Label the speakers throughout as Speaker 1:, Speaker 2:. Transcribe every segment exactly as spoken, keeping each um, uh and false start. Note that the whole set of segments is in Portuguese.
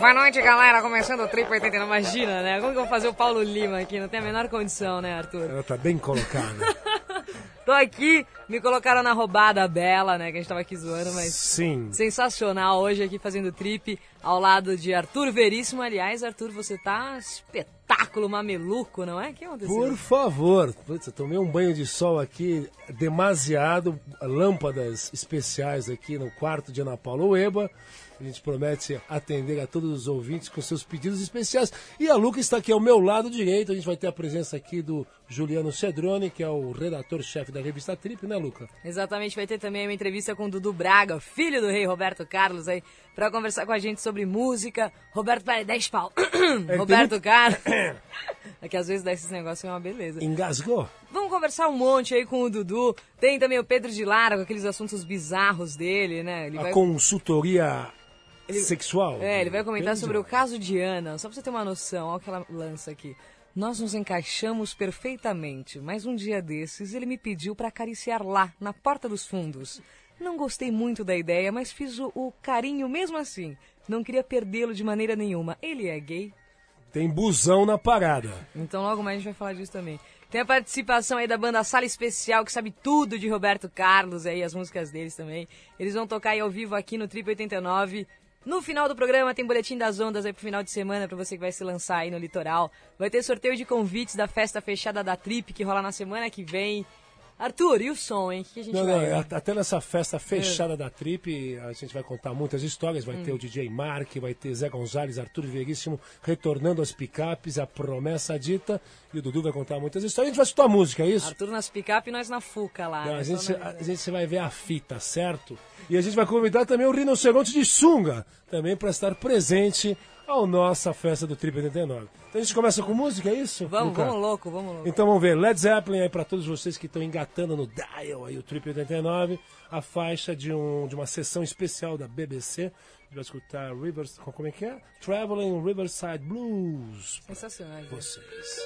Speaker 1: Boa noite, galera. Começando o Trip oitenta e nove. Imagina, né? Como que eu vou fazer o Paulo Lima aqui? Não tem a menor condição, né, Arthur?
Speaker 2: Ela tá bem colocada.
Speaker 1: Tô aqui, me colocaram na roubada bela, né? Que a gente tava aqui zoando, mas...
Speaker 2: Sim.
Speaker 1: Sensacional hoje aqui fazendo trip ao lado de Arthur Veríssimo. Aliás, Arthur, você tá espetáculo mameluco, não é? O que aconteceu?
Speaker 2: Por favor. Putz, eu tomei um banho de sol aqui, demasiado. Lâmpadas especiais aqui no quarto de Ana Paula Ueba. A gente promete atender a todos os ouvintes com seus pedidos especiais. E a Luca está aqui ao meu lado direito. A gente vai ter a presença aqui do Juliano Cedrone, que é o redator-chefe da revista Trip, né, Luca?
Speaker 1: Exatamente, vai ter também uma entrevista com o Dudu Braga, filho do rei Roberto Carlos, aí, para conversar com a gente sobre música. Roberto, vai, dez pau. É, Roberto tem... Carlos. É que às vezes dá esses negócios, é uma beleza.
Speaker 2: Engasgou?
Speaker 1: Vamos conversar um monte aí com o Dudu. Tem também o Pedro de Lara, com aqueles assuntos bizarros dele, né? Ele
Speaker 2: a
Speaker 1: vai...
Speaker 2: consultoria...
Speaker 1: Ele,
Speaker 2: sexual.
Speaker 1: É, ele vai comentar
Speaker 2: Pedro
Speaker 1: sobre o caso de Ana. Só pra você ter uma noção, olha o que ela lança aqui. Nós nos encaixamos perfeitamente, mas um dia desses ele me pediu pra acariciar lá, na porta dos fundos. Não gostei muito da ideia, mas fiz o, o carinho mesmo assim. Não queria perdê-lo de maneira nenhuma. Ele é gay?
Speaker 2: Tem busão na parada.
Speaker 1: Então logo mais a gente vai falar disso também. Tem a participação aí da banda Sala Especial, que sabe tudo de Roberto Carlos, aí as músicas deles também. Eles vão tocar aí ao vivo aqui no Trip oitenta e nove. No final do programa tem boletim das ondas aí pro final de semana pra você que vai se lançar aí no litoral. Vai ter sorteio de convites da festa fechada da Trip que rola na semana que vem. Arthur, e o som, hein? O que a gente
Speaker 2: não,
Speaker 1: vai...
Speaker 2: Não, até nessa festa fechada é. da Trip, a gente vai contar muitas histórias. Vai hum. ter o D J Mark, vai ter Zé Gonzalez, Arthur Veríssimo retornando às picapes, a promessa dita. E o Dudu vai contar muitas histórias. A gente vai escutar música, é isso?
Speaker 1: Arthur nas picapes e nós na Fuca lá.
Speaker 2: Não,
Speaker 1: né?
Speaker 2: a, gente, a, a gente vai ver a fita, certo? E a gente vai convidar também o Rinoceronte de Sunga, também para estar presente à nossa festa do Trip oitenta e nove. Então a gente começa com música, é isso?
Speaker 1: Vamos, Luca? vamos louco, vamos louco.
Speaker 2: Então vamos ver, Led Zeppelin aí para todos vocês que estão engatando no dial aí o Trip oitenta e nove, a faixa de, um, de uma sessão especial da B B C. A gente vai escutar Rivers, como é que é? Traveling Riverside Blues.
Speaker 1: Sensacional.
Speaker 2: Vocês.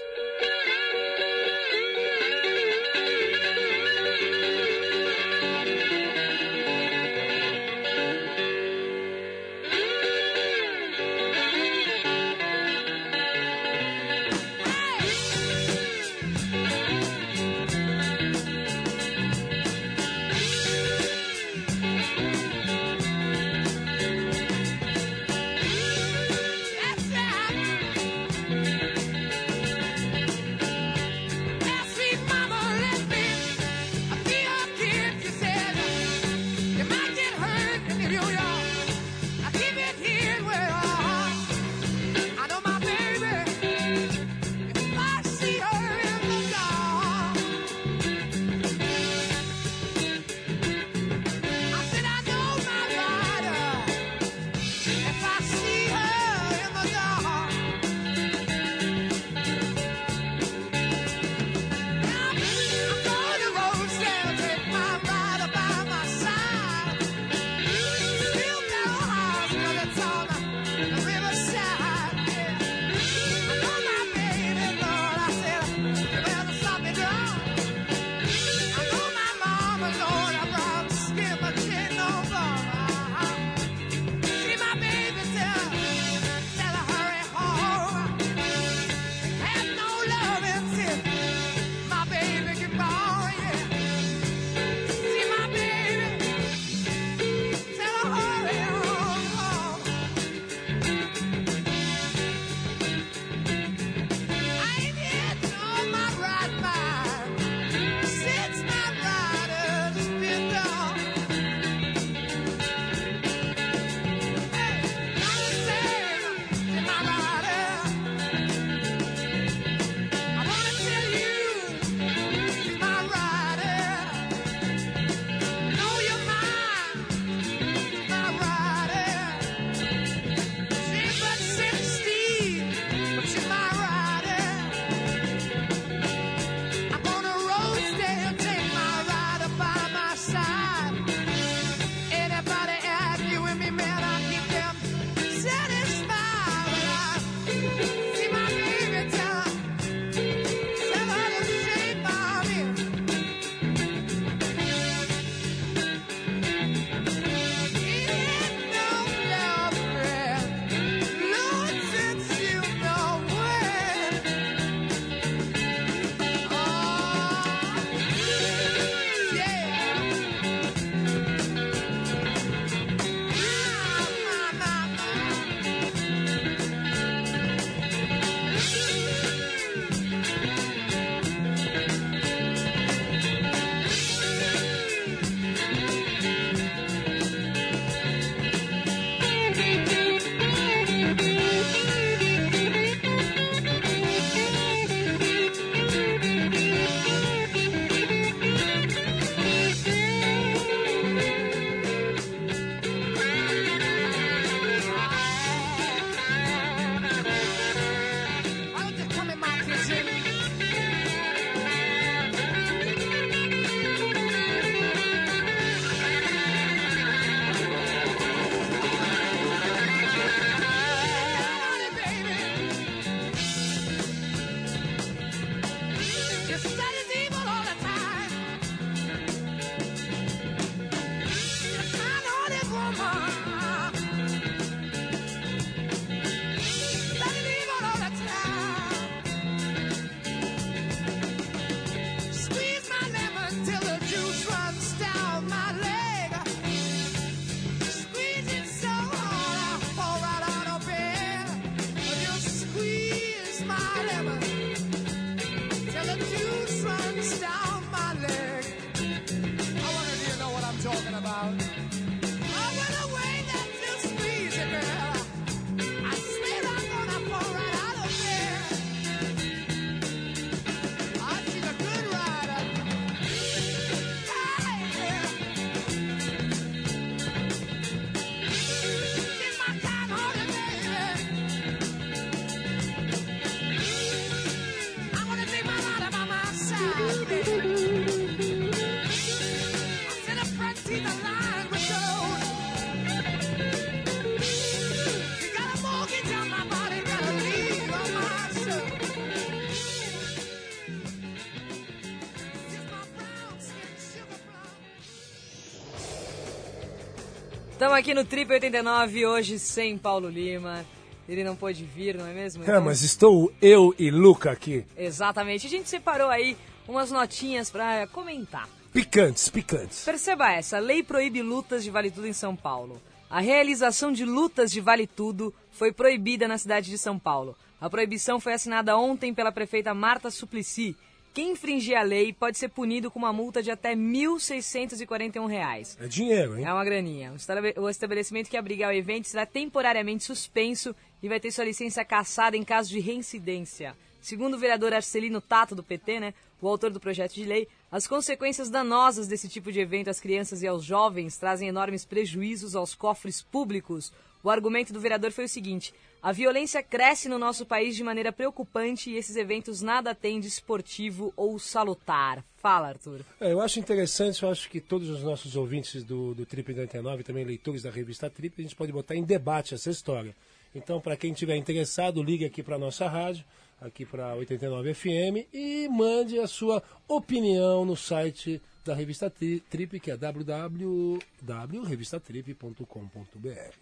Speaker 1: Estamos aqui no Trip oitenta e nove, hoje sem Paulo Lima. Ele não pôde vir, não é mesmo?
Speaker 2: Então... É, mas estou eu e Luca aqui.
Speaker 1: Exatamente. A gente separou aí umas notinhas para comentar.
Speaker 2: Picantes, picantes.
Speaker 1: Perceba essa, lei proíbe lutas de vale tudo em São Paulo. A realização de lutas de vale tudo foi proibida na cidade de São Paulo. A proibição foi assinada ontem pela prefeita Marta Suplicy. Quem infringir a lei pode ser punido com uma multa de até mil seiscentos e quarenta e um reais.
Speaker 2: É dinheiro, hein?
Speaker 1: É uma graninha. O estabelecimento que abrigar o evento será temporariamente suspenso e vai ter sua licença cassada em caso de reincidência. Segundo o vereador Arcelino Tato, do P T, né, o autor do projeto de lei, as consequências danosas desse tipo de evento às crianças e aos jovens trazem enormes prejuízos aos cofres públicos. O argumento do vereador foi o seguinte: a violência cresce no nosso país de maneira preocupante e esses eventos nada têm de esportivo ou salutar. Fala, Arthur.
Speaker 2: É, eu acho interessante, eu acho que todos os nossos ouvintes do, do Trip oitenta e nove, também leitores da revista Trip, a gente pode botar em debate essa história. Então, para quem estiver interessado, ligue aqui para a nossa rádio, aqui para oitenta e nove F M, e mande a sua opinião no site da revista Trip, que é w w w ponto revista trip ponto com ponto b r.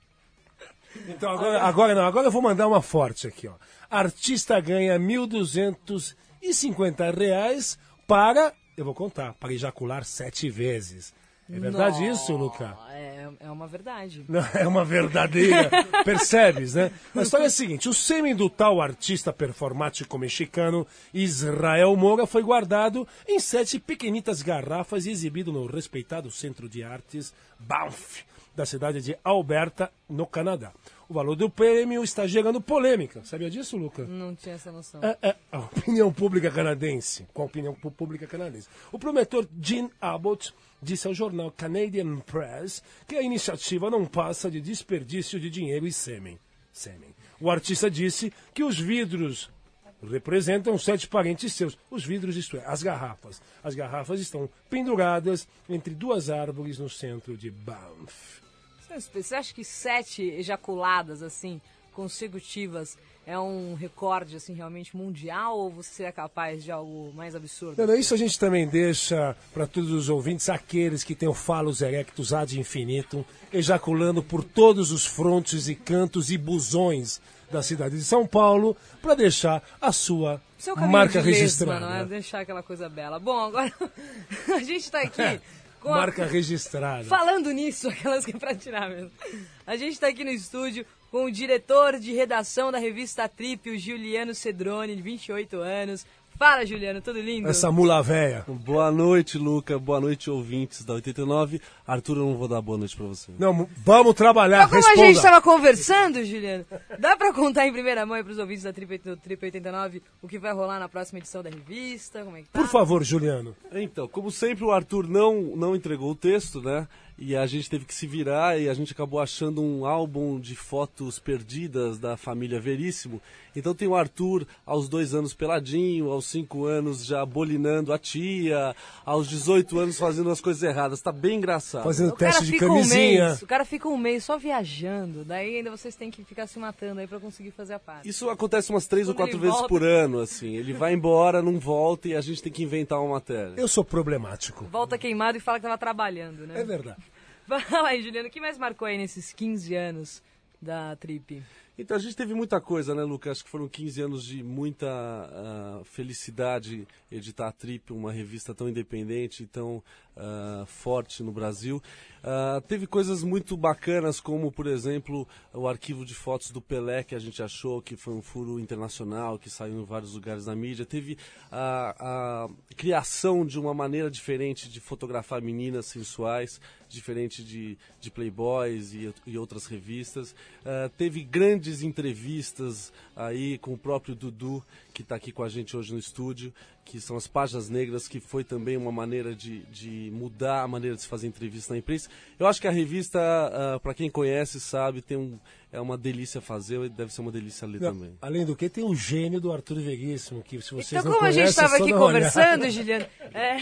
Speaker 2: Então, agora, agora não, agora eu vou mandar uma forte aqui, ó. Artista ganha mil duzentos e cinquenta reais para, eu vou contar, para ejacular sete vezes. É verdade não, isso, Luca?
Speaker 1: É, é uma verdade.
Speaker 2: Não, é uma verdadeira, percebes, né? A história é a seguinte: o sêmen do tal artista performático mexicano Israel Moura foi guardado em sete pequenitas garrafas e exibido no respeitado Centro de Artes Banff, da cidade de Alberta, no Canadá. O valor do prêmio está gerando polêmica. Sabia disso, Luca?
Speaker 1: Não tinha essa noção.
Speaker 2: É, é a opinião pública canadense. Com a opinião pública canadense. O promotor Gene Abbott disse ao jornal Canadian Press que a iniciativa não passa de desperdício de dinheiro e sêmen. sêmen. O artista disse que os vidros representam sete parentes seus. Os vidros, isto é, as garrafas. As garrafas estão penduradas entre duas árvores no centro de Banff.
Speaker 1: Você acha que sete ejaculadas, assim, consecutivas, é um recorde, assim, realmente mundial? Ou você seria capaz de algo mais absurdo?
Speaker 2: Não, não, isso a gente também deixa para todos os ouvintes, aqueles que têm o falos erectus ad infinitum, ejaculando por todos os frontes e cantos e busões da cidade de São Paulo, para deixar a sua marca de registrada.
Speaker 1: Lesma, não é? Deixar aquela coisa bela. Bom, agora a gente está aqui...
Speaker 2: Com marca a... registrada.
Speaker 1: Falando nisso, aquelas que é pra tirar mesmo. A gente tá aqui no estúdio com o diretor de redação da revista Trip, o Juliano Cedrone, de vinte e oito anos. Fala, Juliano, tudo lindo?
Speaker 2: Essa mula véia.
Speaker 3: Boa noite, Luca. Boa noite, ouvintes da oitenta e nove. Arthur, eu não vou dar boa noite pra você.
Speaker 2: Não, vamos trabalhar,
Speaker 1: Mas como responda. A gente estava conversando, Juliano, dá pra contar em primeira mão aí pros ouvintes da Trip, do Trip oitenta e nove o que vai rolar na próxima edição da revista? Como é que tá?
Speaker 2: Por favor, Juliano.
Speaker 3: Então, como sempre, o Arthur não, não entregou o texto, né? E a gente teve que se virar e a gente acabou achando um álbum de fotos perdidas da família Veríssimo. Então tem o Arthur aos dois anos peladinho, aos cinco anos já bolinando a tia, aos dezoito anos fazendo as coisas erradas. Tá bem engraçado.
Speaker 2: Fazendo teste de camisinha.
Speaker 1: Um mês, o cara fica um mês só viajando, daí ainda vocês têm que ficar se matando aí pra conseguir fazer a parte.
Speaker 3: Isso acontece umas três
Speaker 1: Quando
Speaker 3: ou quatro vezes
Speaker 1: volta...
Speaker 3: por ano, assim. Ele vai embora, não volta e a gente tem que inventar uma matéria.
Speaker 2: Eu sou problemático.
Speaker 1: Volta queimado e fala que tava trabalhando, né?
Speaker 2: É verdade.
Speaker 1: Fala aí, Juliano, o que mais marcou aí nesses quinze anos da Trip?
Speaker 3: Então, a gente teve muita coisa, né, Lucas? Acho que foram quinze anos de muita uh, felicidade editar a Trip, uma revista tão independente e tão uh, forte no Brasil. Uh, teve coisas muito bacanas, como, por exemplo, o arquivo de fotos do Pelé, que a gente achou que foi um furo internacional, que saiu em vários lugares da mídia. Teve a, a criação de uma maneira diferente de fotografar meninas sensuais, diferente de, de Playboys e, e outras revistas. Uh, teve grandes entrevistas aí com o próprio Dudu, que está aqui com a gente hoje no estúdio, que são as Páginas Negras, que foi também uma maneira de, de mudar a maneira de se fazer entrevista na imprensa. Eu acho que a revista, uh, para quem conhece, sabe, tem um, é uma delícia fazer e deve ser uma delícia ler
Speaker 2: Não,
Speaker 3: também.
Speaker 2: Além do que, tem o gênio do Arthur Veríssimo, que se vocês
Speaker 1: então,
Speaker 2: não conhecem...
Speaker 1: Então, como a gente estava aqui conversando,
Speaker 2: olhada.
Speaker 1: Juliano... É...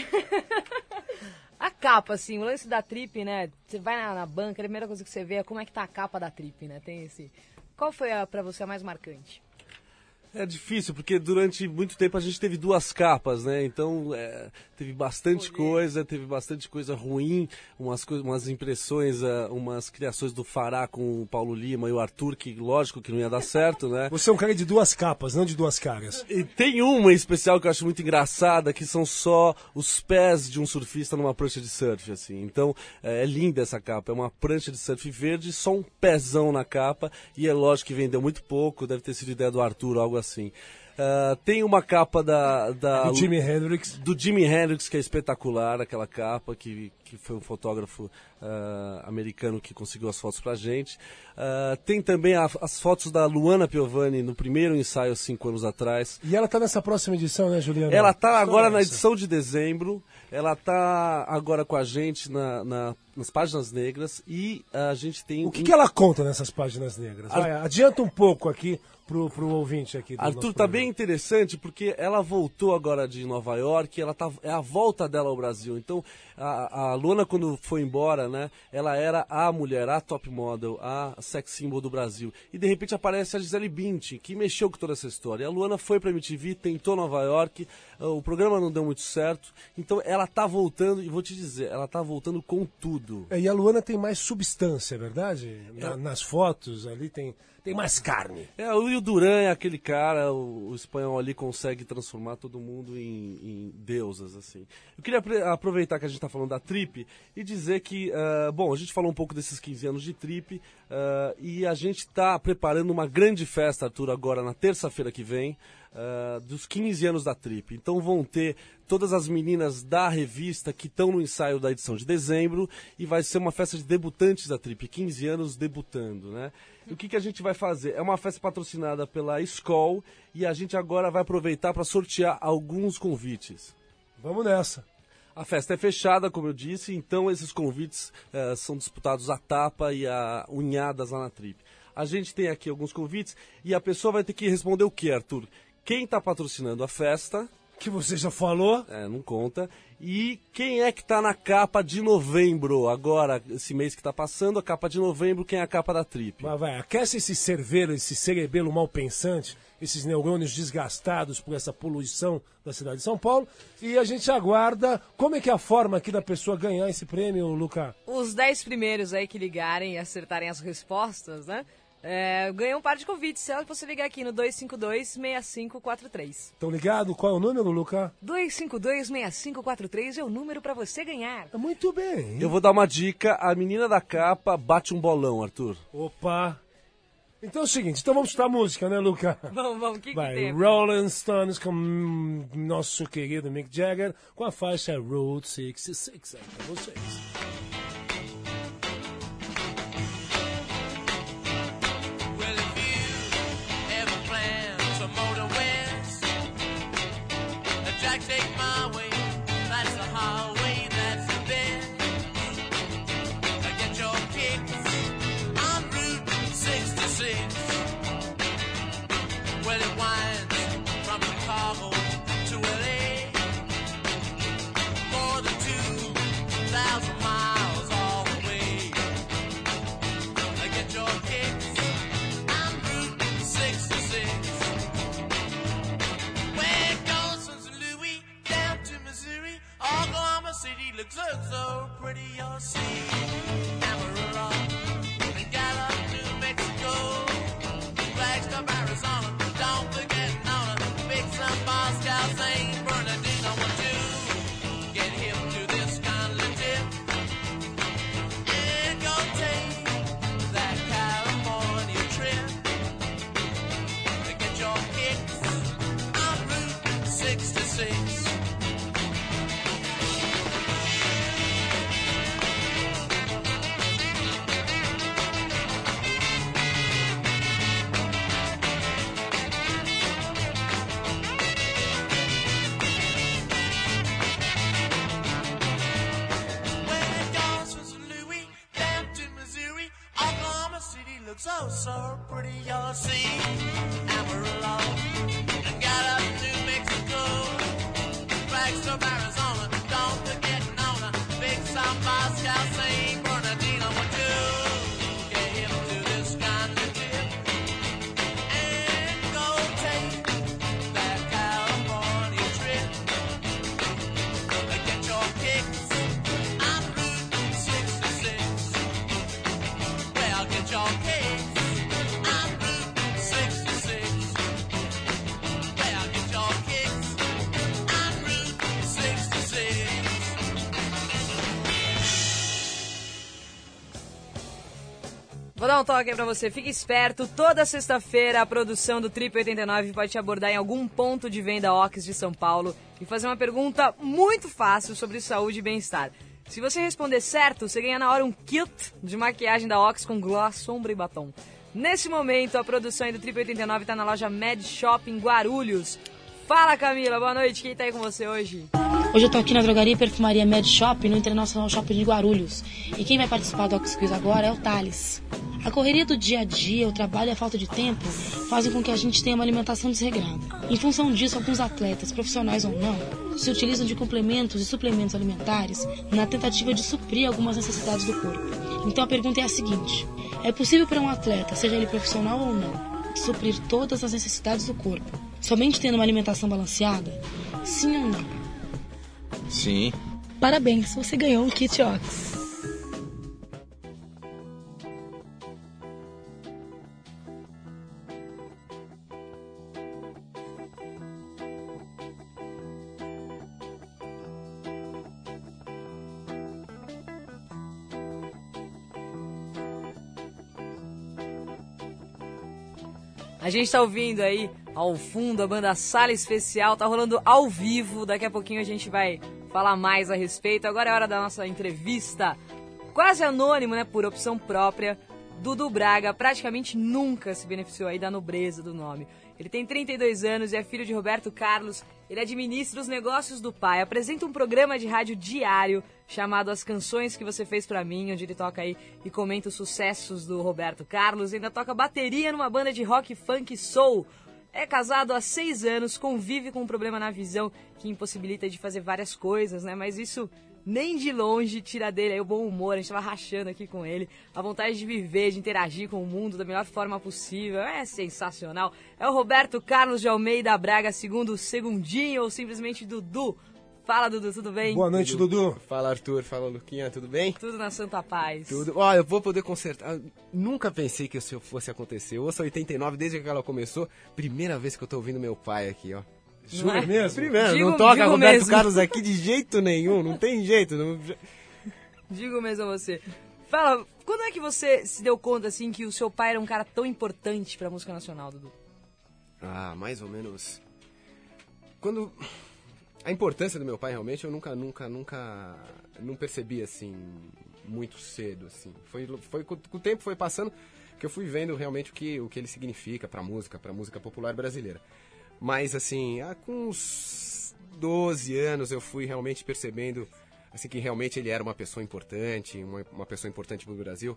Speaker 1: A capa, assim, o lance da Trip, né? Você vai na, na banca, a primeira coisa que você vê é como é que tá a capa da Trip, né? Tem esse... Qual foi, a, pra você, a mais marcante?
Speaker 3: É difícil, porque durante muito tempo a gente teve duas capas, né? Então é, teve bastante coisa, teve bastante coisa ruim, umas, umas impressões, uh, umas criações do Fará com o Paulo Lima e o Arthur, que lógico que não ia dar certo, né?
Speaker 2: Você é um cara de duas capas, não de duas caras.
Speaker 3: E tem uma em especial que eu acho muito engraçada, que são só os pés de um surfista numa prancha de surf, assim. Então é, é linda essa capa, é uma prancha de surf verde, só um pezão na capa, e é lógico que vendeu muito pouco, deve ter sido ideia do Arthur, algo assim. Uh, tem uma capa da, da
Speaker 2: do Jimi Hendrix
Speaker 3: do Jimi Hendrix, que é espetacular, aquela capa que, que foi um fotógrafo uh, americano que conseguiu as fotos pra gente. Uh, tem também a, as fotos da Luana Piovani no primeiro ensaio, cinco anos atrás.
Speaker 2: E ela tá nessa próxima edição, né, Juliana?
Speaker 3: Ela tá agora na edição de dezembro, ela tá agora com a gente na, na, nas Páginas Negras, e a gente tem...
Speaker 2: O que, que ela conta nessas Páginas Negras? Vai, Ar... adianta um pouco aqui pro, pro ouvinte aqui. Do
Speaker 3: Arthur, tá bem interessante, porque ela voltou agora de Nova York, ela tá, é a volta dela ao Brasil. Então, a, a Luana, quando foi embora, né, ela era a mulher, a top model, a sex symbol do Brasil. E de repente aparece a Gisele Bündchen, que mexeu com toda essa história. E a Luana foi pra M T V, tentou Nova York, o programa não deu muito certo. Então ela tá voltando, e vou te dizer, ela tá voltando com tudo.
Speaker 2: É, e a Luana tem mais substância, é verdade? Na, é. Nas fotos ali tem, tem mais carne.
Speaker 3: É, o Duran é aquele cara, o, o espanhol ali consegue transformar todo mundo em, em deusas, assim. Eu queria aproveitar que a gente tá falando da Trip e dizer que, uh, bom, a gente falou um pouco desses quinze anos de Trip, uh, e a gente tá preparando uma grande festa, Arthur, agora na terça-feira que vem, Uh, dos quinze anos da Trip. Então vão ter todas as meninas da revista que estão no ensaio da edição de dezembro, e vai ser uma festa de debutantes da Trip, quinze anos debutando, né? E o que, que a gente vai fazer? É uma festa patrocinada pela Skol, e a gente agora vai aproveitar para sortear alguns convites.
Speaker 2: Vamos nessa.
Speaker 3: A festa é fechada, como eu disse, então esses convites uh, são disputados a tapa e a unhadas lá na Trip. A gente tem aqui alguns convites, e a pessoa vai ter que responder o que, Arthur? Quem está patrocinando a festa...
Speaker 2: Que você já falou.
Speaker 3: É, não conta. E quem é que está na capa de novembro? Agora, esse mês que está passando, a capa de novembro, quem é a capa da Trip?
Speaker 2: Mas vai, aquece esse cerveiro, esse cerebelo mal pensante, esses neurônios desgastados por essa poluição da cidade de São Paulo, e a gente aguarda. Como é que é a forma aqui da pessoa ganhar esse prêmio, Luca?
Speaker 1: Os dez primeiros aí que ligarem e acertarem as respostas, né? É, ganha um par de convites, se você ligar aqui no dois cinco dois, seis cinco quatro três.
Speaker 2: Estão ligados? Qual é o número, Luca?
Speaker 1: dois cinco dois, seis cinco quatro três é o número pra você ganhar.
Speaker 2: Muito bem.
Speaker 3: Eu vou dar uma dica, a menina da capa bate um bolão, Arthur.
Speaker 2: Opa! Então é o seguinte, então vamos escutar a música, né, Luca?
Speaker 1: Vamos, vamos, o que,
Speaker 2: Vai,
Speaker 1: que tem?
Speaker 2: Rolling Stones com hum, nosso querido Mick Jagger, com a faixa Route sessenta e seis, aí pra vocês.
Speaker 4: Take my way, that's the highway, that's the best. I get your kicks on Route sixty-six. Well, it winds from Chicago to L A, more than two thousand miles all the way. I get your kicks on Route sixty-six. Where it goes from Saint Louis down to Missouri, Oklahoma City looks so, so pretty, you'll see. Amarillo and Gallup, New Mexico, Flagstaff, Arizona, don't forget Nona, Big Sun, Moscow, Saint Bernardino, one, two, get hip to this kind of tip, and go take that California trip, to get your kicks on Route sixty-six. Looks so, so pretty, you'll see. Amarillo and Gallup, New Mexico, Flagstaff, Arizona, don't forget Nona, Big Sun, Moscow, Saint Bernardino, one, two, get him to this kind of tip, and go take
Speaker 1: Vou dar um toque aí pra você, fique esperto, toda sexta-feira a produção do Trip oitenta e nove pode te abordar em algum ponto de venda Ox de São Paulo e fazer uma pergunta muito fácil sobre saúde e bem-estar. Se você responder certo, você ganha na hora um kit de maquiagem da Ox com gloss, sombra e batom. Nesse momento, a produção aí do Trip oitenta e nove tá na loja Med Shop em Guarulhos. Fala, Camila, boa noite, quem tá aí com você hoje?
Speaker 5: Hoje eu tô aqui na drogaria e perfumaria Med Shop, no International Shopping de Guarulhos. E quem vai participar do Ox Quiz agora é o Thales. A correria do dia a dia, o trabalho e a falta de tempo fazem com que a gente tenha uma alimentação desregrada. Em função disso, alguns atletas, profissionais ou não, se utilizam de complementos e suplementos alimentares na tentativa de suprir algumas necessidades do corpo. Então a pergunta é a seguinte: é possível para um atleta, seja ele profissional ou não, suprir todas as necessidades do corpo, somente tendo uma alimentação balanceada? Sim ou não?
Speaker 6: Sim.
Speaker 5: Parabéns, você ganhou um kit Ox.
Speaker 1: A gente tá ouvindo aí ao fundo a banda Sala Especial, tá rolando ao vivo, daqui a pouquinho a gente vai falar mais a respeito. Agora é hora da nossa entrevista, quase anônimo, né, por opção própria. Dudu Braga praticamente nunca se beneficiou aí da nobreza do nome. Ele tem trinta e dois anos e é filho de Roberto Carlos. Ele administra os negócios do pai, apresenta um programa de rádio diário chamado As Canções Que Você Fez Pra Mim, onde ele toca aí e comenta os sucessos do Roberto Carlos. Ainda toca bateria numa banda de rock, funk e soul. É casado há seis anos, convive com um problema na visão que impossibilita de fazer várias coisas, né? Mas isso nem de longe tira dele aí o bom humor. A gente tava rachando aqui com ele, a vontade de viver, de interagir com o mundo da melhor forma possível. É sensacional. É o Roberto Carlos de Almeida Braga, segundo Segundinho, ou simplesmente Dudu. Fala, Dudu, tudo bem?
Speaker 6: Boa noite, Dudu. Fala, Arthur. Fala, Luquinha. Tudo bem?
Speaker 1: Tudo na santa paz.
Speaker 6: Tudo. Ó, eu vou poder consertar. Eu nunca pensei que isso fosse acontecer. Eu ouço oitenta e nove desde que ela começou. Primeira vez que eu tô ouvindo meu pai aqui, ó.
Speaker 2: Jura
Speaker 1: é?
Speaker 2: mesmo?
Speaker 6: Primeiro,
Speaker 1: Digo-
Speaker 6: não toca
Speaker 1: digo
Speaker 6: Roberto
Speaker 1: mesmo.
Speaker 6: Carlos aqui de jeito nenhum. Não tem jeito. Não...
Speaker 1: Digo mesmo a você. Fala, quando é que você se deu conta, assim, que o seu pai era um cara tão importante pra música nacional, Dudu?
Speaker 6: Ah, mais ou menos. Quando... A importância do meu pai, realmente, eu nunca, nunca, nunca... Não percebi, assim, muito cedo, assim. Foi, foi, com o tempo foi passando que eu fui vendo realmente o que, o que ele significa pra música, pra música popular brasileira. Mas, assim, há com uns doze anos eu fui realmente percebendo, assim, que realmente ele era uma pessoa importante, uma, uma pessoa importante pro Brasil,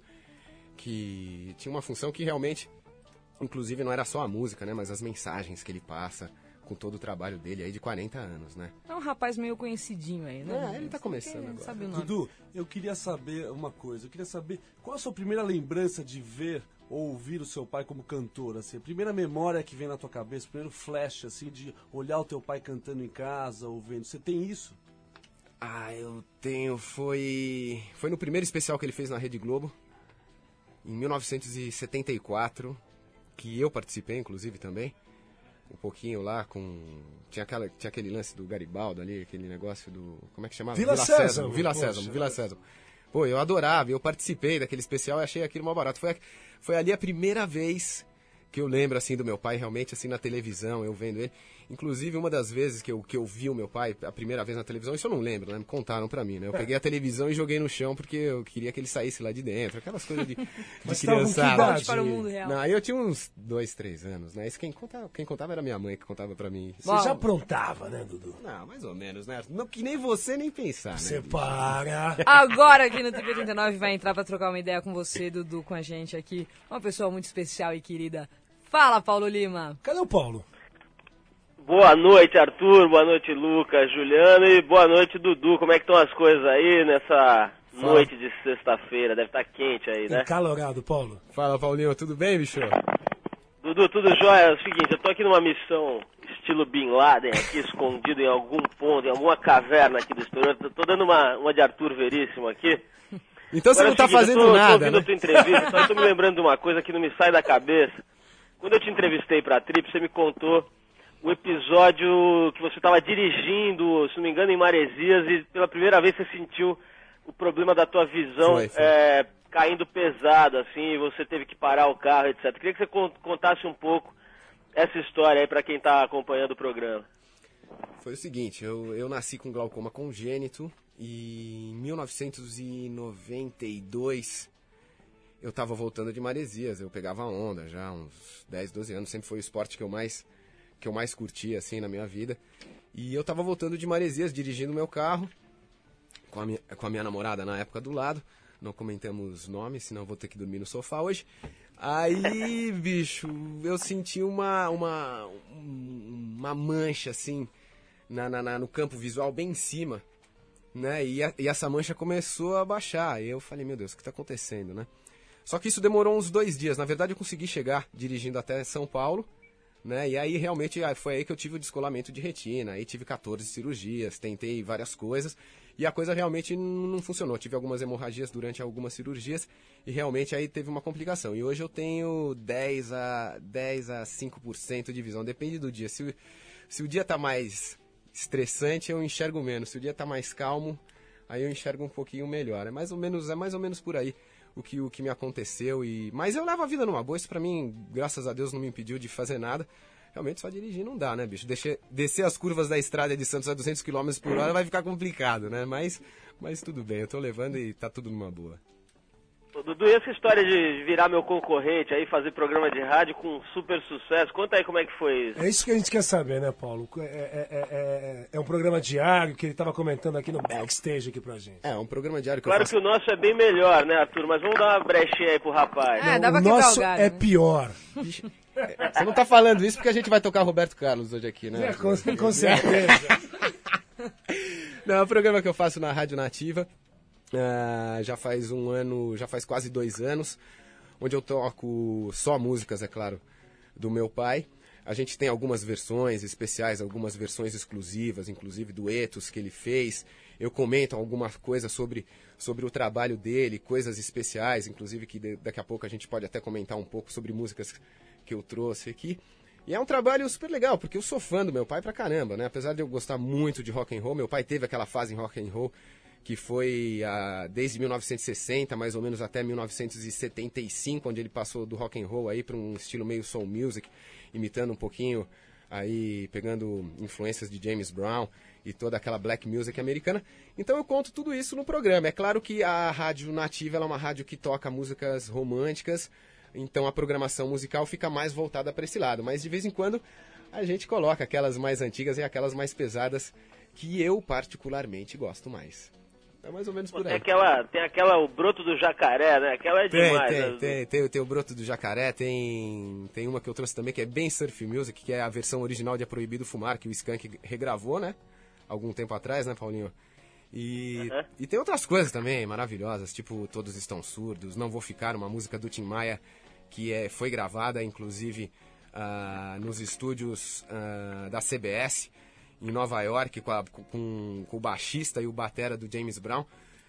Speaker 6: que tinha uma função que realmente, inclusive, não era só a música, né, mas as mensagens que ele passa com todo o trabalho dele aí de quarenta anos, né?
Speaker 1: É um rapaz meio conhecidinho aí, né?
Speaker 6: É, ele tá começando
Speaker 1: Quem
Speaker 6: agora.
Speaker 1: Sabe o nome.
Speaker 3: Dudu, eu queria saber uma coisa. Eu queria saber qual a sua primeira lembrança de ver ou ouvir o seu pai como cantor, assim? A primeira memória que vem na tua cabeça, o primeiro flash, assim, de olhar o teu pai cantando em casa, ouvindo. Você tem isso?
Speaker 6: Ah, eu tenho, foi... Foi no primeiro especial que ele fez na Rede Globo, em mil novecentos e setenta e quatro, que eu participei, inclusive, também. Um pouquinho lá com... Tinha, aquela, tinha aquele lance do Garibaldo ali, aquele negócio do... Como é que chamava?
Speaker 2: Vila Sésamo.
Speaker 6: Vila
Speaker 2: Poxa.
Speaker 6: Sésamo, Vila Sésamo. Pô, eu adorava, eu participei daquele especial e achei aquilo mal barato. Foi, foi ali a primeira vez que eu lembro, assim, do meu pai, realmente, assim, na televisão, eu vendo ele. Inclusive, uma das vezes que eu, que eu vi o meu pai, a primeira vez na televisão, isso eu não lembro, né? Me contaram pra mim, né? Eu peguei a televisão e joguei no chão porque eu queria que ele saísse lá de dentro. Aquelas coisas de, de
Speaker 2: Mas tava com que
Speaker 6: criançada.
Speaker 2: idade?
Speaker 1: Para o mundo real.
Speaker 6: Não, aí eu tinha uns dois, três anos, né? Isso quem contava, quem contava era minha mãe que contava pra mim.
Speaker 2: Você já aprontava, né, Dudu?
Speaker 6: Não, mais ou menos, né? Não, que nem você nem pensar,
Speaker 2: Você
Speaker 6: né?
Speaker 2: para.
Speaker 1: Agora aqui no Trip oitenta e nove vai entrar pra trocar uma ideia com você, Dudu, com a gente aqui. Uma pessoa muito especial e querida. Fala, Paulo Lima.
Speaker 2: Cadê o Paulo?
Speaker 7: Boa noite, Arthur. Boa noite, Lucas, Juliano. E boa noite, Dudu. Como é que estão as coisas aí nessa noite de sexta-feira? Deve estar quente aí, né?
Speaker 2: Encalorado, Paulo.
Speaker 6: Fala, Paulinho, tudo bem, bicho?
Speaker 7: Dudu, tudo jóia? É o seguinte, eu tô aqui numa missão estilo Bin Laden, aqui escondido em algum ponto, em alguma caverna aqui do exterior. Tô dando uma, uma de Arthur Veríssimo aqui.
Speaker 6: Então você
Speaker 7: Agora,
Speaker 6: não tá
Speaker 7: é o seguinte,
Speaker 6: fazendo
Speaker 7: eu tô, tô
Speaker 6: nada,
Speaker 7: ouvindo
Speaker 6: né?
Speaker 7: a tua entrevista, só tô me lembrando de uma coisa que não me sai da cabeça. Quando eu te entrevistei pra Trip, você me contou o episódio que você estava dirigindo, se não me engano, em Maresias, e pela primeira vez você sentiu o problema da tua visão
Speaker 6: Foi, foi.
Speaker 7: é, caindo pesado, assim, e você teve que parar o carro, etcétera. Queria que você con- contasse um pouco essa história aí para quem está acompanhando o programa.
Speaker 6: Foi o seguinte, eu, eu nasci com glaucoma congênito e em mil novecentos e noventa e dois eu estava voltando de Maresias, eu pegava onda já, uns dez, doze anos, sempre foi o esporte que eu mais, que eu mais curti assim na minha vida. E eu estava voltando de Maresias, dirigindo meu carro, com a, minha, com a minha namorada na época do lado, não comentamos nomes, senão eu vou ter que dormir no sofá hoje. Aí, bicho, eu senti uma, uma, uma mancha assim, na, na, na, no campo visual bem em cima, né? E, a, e essa mancha começou a baixar. E eu falei, meu Deus, o que está acontecendo, né? Só que isso demorou uns dois dias. Na verdade, eu consegui chegar dirigindo até São Paulo, né? E aí, realmente, foi aí que eu tive o descolamento de retina. Aí tive quatorze cirurgias, tentei várias coisas. E a coisa realmente não funcionou. Tive algumas hemorragias durante algumas cirurgias e realmente aí teve uma complicação. E hoje eu tenho dez a cinco por cento de visão. Depende do dia. Se, se o dia está mais estressante, eu enxergo menos. Se o dia está mais calmo, aí eu enxergo um pouquinho melhor. É mais ou menos, é mais ou menos por aí o que, o que me aconteceu. E... Mas eu levo a vida numa boa. Isso pra mim, graças a Deus, não me impediu de fazer nada. Realmente só dirigir não dá, né, bicho? Descer, descer as curvas da estrada de Santos a duzentos quilômetros por hora vai ficar complicado, né? Mas, mas tudo bem, eu tô levando e tá tudo numa boa.
Speaker 7: Ô, Dudu, e essa história de virar meu concorrente aí, fazer programa de rádio com super sucesso, conta aí como é que foi isso.
Speaker 2: É isso que a gente quer saber, né, Paulo? É, é, é, é, é um programa diário que ele estava comentando aqui no backstage aqui pra gente.
Speaker 6: É, um programa diário que
Speaker 7: Claro
Speaker 6: eu faço...
Speaker 7: que o nosso é bem melhor, né, Arthur? Mas vamos dar uma brechinha aí pro rapaz.
Speaker 1: É, dá pra
Speaker 2: o
Speaker 1: quebrar
Speaker 2: nosso
Speaker 1: o galho,
Speaker 2: é
Speaker 1: né?
Speaker 2: pior.
Speaker 6: Você não tá falando isso porque a gente vai tocar Roberto Carlos hoje aqui, né?
Speaker 2: É, com, com certeza.
Speaker 6: Não, é um programa que eu faço na Rádio Nativa. Uh, já faz um ano, já faz quase dois anos, onde eu toco só músicas, é claro, do meu pai. A gente tem algumas versões especiais, algumas versões exclusivas, inclusive duetos que ele fez. Eu comento alguma coisa sobre, sobre o trabalho dele, coisas especiais, inclusive que de, daqui a pouco a gente pode até comentar um pouco sobre músicas que eu trouxe aqui. E é um trabalho super legal, porque eu sou fã do meu pai pra caramba, né? Apesar de eu gostar muito de rock and roll, meu pai teve aquela fase em rock and roll que foi ah, desde mil novecentos e sessenta, mais ou menos, até mil novecentos e setenta e cinco, onde ele passou do rock and roll aí para um estilo meio soul music, imitando um pouquinho, aí pegando influências de James Brown e toda aquela black music americana. Então eu conto tudo isso no programa. É claro que a Rádio Nativa ela é uma rádio que toca músicas românticas, então a programação musical fica mais voltada para esse lado, mas de vez em quando a gente coloca aquelas mais antigas e aquelas mais pesadas que eu particularmente gosto mais. É mais ou menos por
Speaker 7: Tem
Speaker 6: aí.
Speaker 7: aquela, tem aquela, o broto do jacaré, né? Aquela é
Speaker 6: Tem,
Speaker 7: demais.
Speaker 6: tem,
Speaker 7: né?
Speaker 6: tem, tem, tem o broto do jacaré, tem, tem uma que eu trouxe também que é bem surf music, que é a versão original de É Proibido Fumar, que o Skank regravou, né? Algum tempo atrás, né, Paulinho? E,
Speaker 7: Uhum.
Speaker 6: e tem outras coisas também maravilhosas, tipo Todos Estão Surdos, Não Vou Ficar, uma música do Tim Maia, que é, foi gravada, inclusive, uh, nos estúdios uh, da C B S, em Nova York, com, a, com, com o baixista e o batera do James Brown,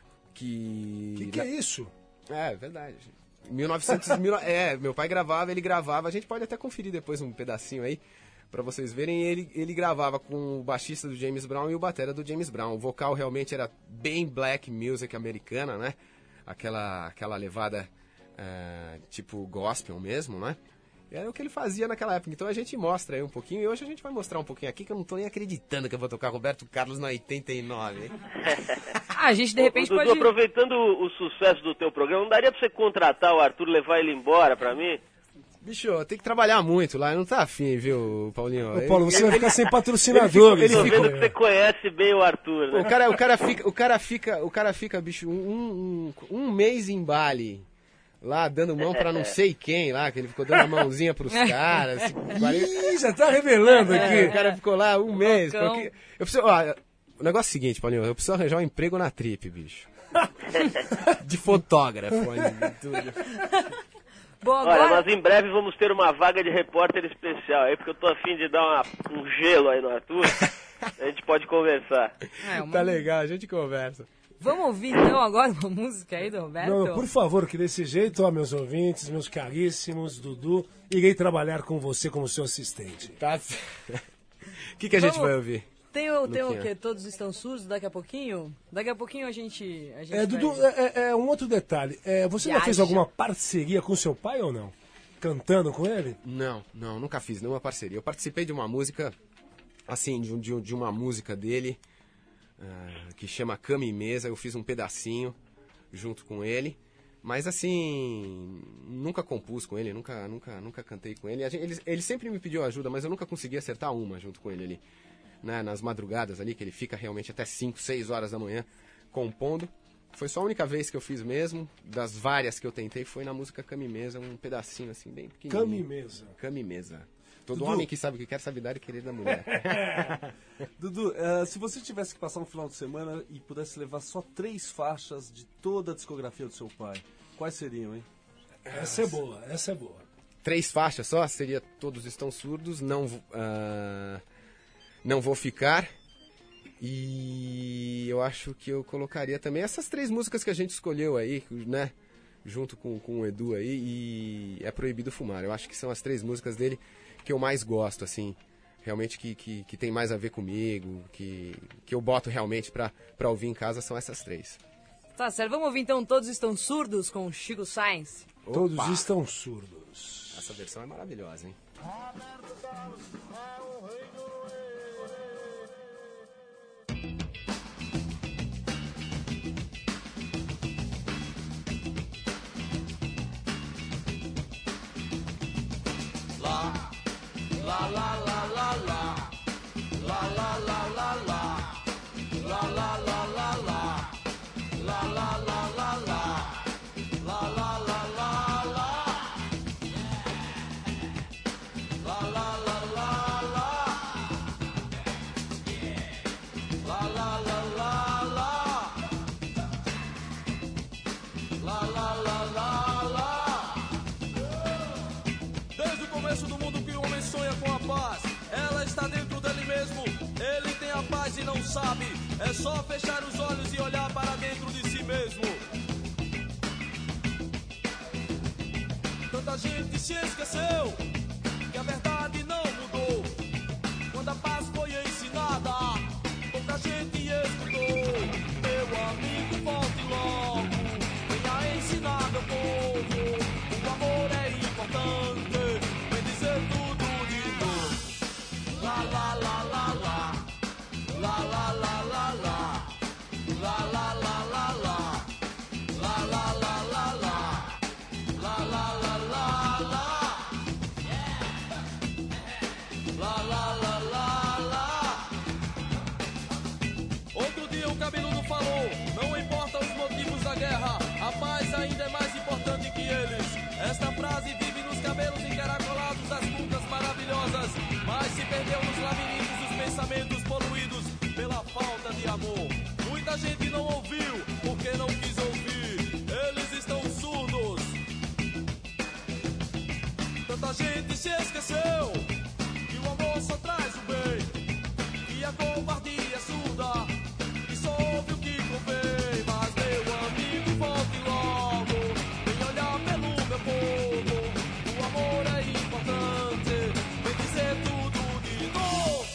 Speaker 6: que...
Speaker 2: Que que é isso?
Speaker 6: É, verdade. mil e novecentos, mil, é, meu pai gravava, ele gravava, a gente pode até conferir depois um pedacinho aí, pra vocês verem, ele, ele gravava com o baixista do James Brown e o batera do James Brown. O vocal realmente era bem black music americana, né? Aquela, aquela levada uh, tipo gospel mesmo, né? Era o que ele fazia naquela época. Então a gente mostra aí um pouquinho. E hoje a gente vai mostrar um pouquinho aqui, que eu não tô nem acreditando que eu vou tocar Roberto Carlos na oitenta e nove, hein?
Speaker 1: Ah, a gente de repente
Speaker 7: Ô, Dudu,
Speaker 1: pode...
Speaker 7: aproveitando o, o sucesso do teu programa, não daria pra você contratar o Arthur, levar ele embora pra mim?
Speaker 6: Bicho, tem que trabalhar muito lá, não tá afim, viu, Paulinho?
Speaker 2: Ô, Paulo, você vai ficar sem
Speaker 6: Ele
Speaker 2: patrocinador.
Speaker 6: fica- ele
Speaker 7: Tô
Speaker 6: fica-
Speaker 7: vendo que você conhece bem o Arthur,
Speaker 6: Pô,
Speaker 7: né?
Speaker 6: o cara, o cara fica, o cara fica, o cara fica, bicho, um, um, um mês em Bali, lá dando mão pra não sei quem lá, que ele ficou dando a mãozinha pros caras. assim, pare-
Speaker 2: Ih, já tá revelando
Speaker 6: É,
Speaker 2: aqui.
Speaker 6: o cara ficou lá um mês.
Speaker 1: Loucão.
Speaker 6: porque- Eu preciso, ó, o negócio é o seguinte, Paulinho, eu preciso arranjar um emprego na Trip, bicho. De fotógrafo. olha, tudo.
Speaker 1: Bom,
Speaker 7: Olha,
Speaker 1: agora...
Speaker 7: nós em breve vamos ter uma vaga de repórter especial aí, porque eu tô afim de dar uma- um gelo aí no Arthur. A gente pode conversar.
Speaker 1: É, uma-
Speaker 6: Tá legal, a gente conversa.
Speaker 1: Vamos ouvir então agora uma música aí do Roberto?
Speaker 2: Não, por favor, que desse jeito, ó, meus ouvintes, meus caríssimos, Dudu, irei trabalhar com você como seu assistente.
Speaker 6: Tá. O que, que a gente
Speaker 1: Vamos-
Speaker 6: vai ouvir?
Speaker 1: Tem o, tem o
Speaker 6: Luquinha.
Speaker 1: quê? Todos estão surdos daqui a pouquinho? Daqui a pouquinho a gente. A gente
Speaker 2: É, Dudu,
Speaker 1: vai-
Speaker 2: é, é- é um outro detalhe. É, você já
Speaker 1: Viaja.
Speaker 2: fez alguma parceria com seu pai ou não? Cantando com ele?
Speaker 6: Não, não, nunca fiz nenhuma parceria. Eu participei de uma música, assim, de, um- de, um- de uma música dele, ah, que chama Cama e Mesa. Eu fiz um pedacinho junto com ele. Mas, assim, nunca compus com ele, nunca, nunca, nunca cantei com ele. A gente- ele. Ele sempre me pediu ajuda, mas eu nunca consegui acertar uma junto com ele ali. Né, nas madrugadas ali, que ele fica realmente até cinco, seis horas da manhã compondo. Foi só a única vez que eu fiz mesmo, das várias que eu tentei, foi na música Cama e Mesa, um pedacinho assim, bem pequenininho.
Speaker 2: Cama e Mesa.
Speaker 6: Cama e Mesa. Todo
Speaker 3: Dudu.
Speaker 6: homem que sabe o que quer sabe dar e querer da mulher.
Speaker 3: Dudu, eh, se você tivesse que passar um final de semana e pudesse levar só três faixas de toda a discografia do seu pai, quais seriam, hein?
Speaker 2: Essa é boa, essa é boa.
Speaker 6: Três faixas só, seria Todos Estão Surdos, Não, Vo- ah, não Vou Ficar. E eu acho que eu colocaria também essas três músicas que a gente escolheu aí, né? Junto com, com o Edu aí, e É Proibido Fumar. Eu acho que são as três músicas dele que eu mais gosto, assim. Realmente que, que, que tem mais a ver comigo, que, que eu boto realmente pra, pra ouvir em casa, são essas três.
Speaker 1: Tá certo, vamos ouvir então Todos Estão Surdos com Chico Sainz.
Speaker 2: Todos
Speaker 6: Opa!
Speaker 2: estão surdos.
Speaker 6: Essa versão é maravilhosa, hein?
Speaker 8: Desde o começo do mundo que o homem sonha com a paz, ela está dentro dele mesmo. Ele tem a paz e não sabe. É só fechar os olhos e olhar para dentro de si mesmo. Tanta gente se esqueceu que a verdade não mudou. Quando a paz foi ensinada, pouca gente escutou. Meu amigo, volte logo, venha ensinar meu povo. O amor é importante, vem dizer tudo de novo. La la la la la, la la la la la, la la la la la, la la la la la, la la la la la, la la la la la. Outro dia um cabeludo falou: não importa os motivos da guerra, a paz ainda é mais importante que eles. Esta frase vive nos cabelos encaracolados das cucas maravilhosas, mas se perdeu nos labirintos dos pensamentos poluídos pela falta de amor. Muita gente não ouviu porque não quis ouvir, eles estão surdos. Tanta gente se esqueceu que o amor só traz o bem, e a covardia é surda e só ouve o que convém. Mas meu amigo, volte logo, vem olhar pelo meu povo. O amor é importante, vem dizer tudo de novo.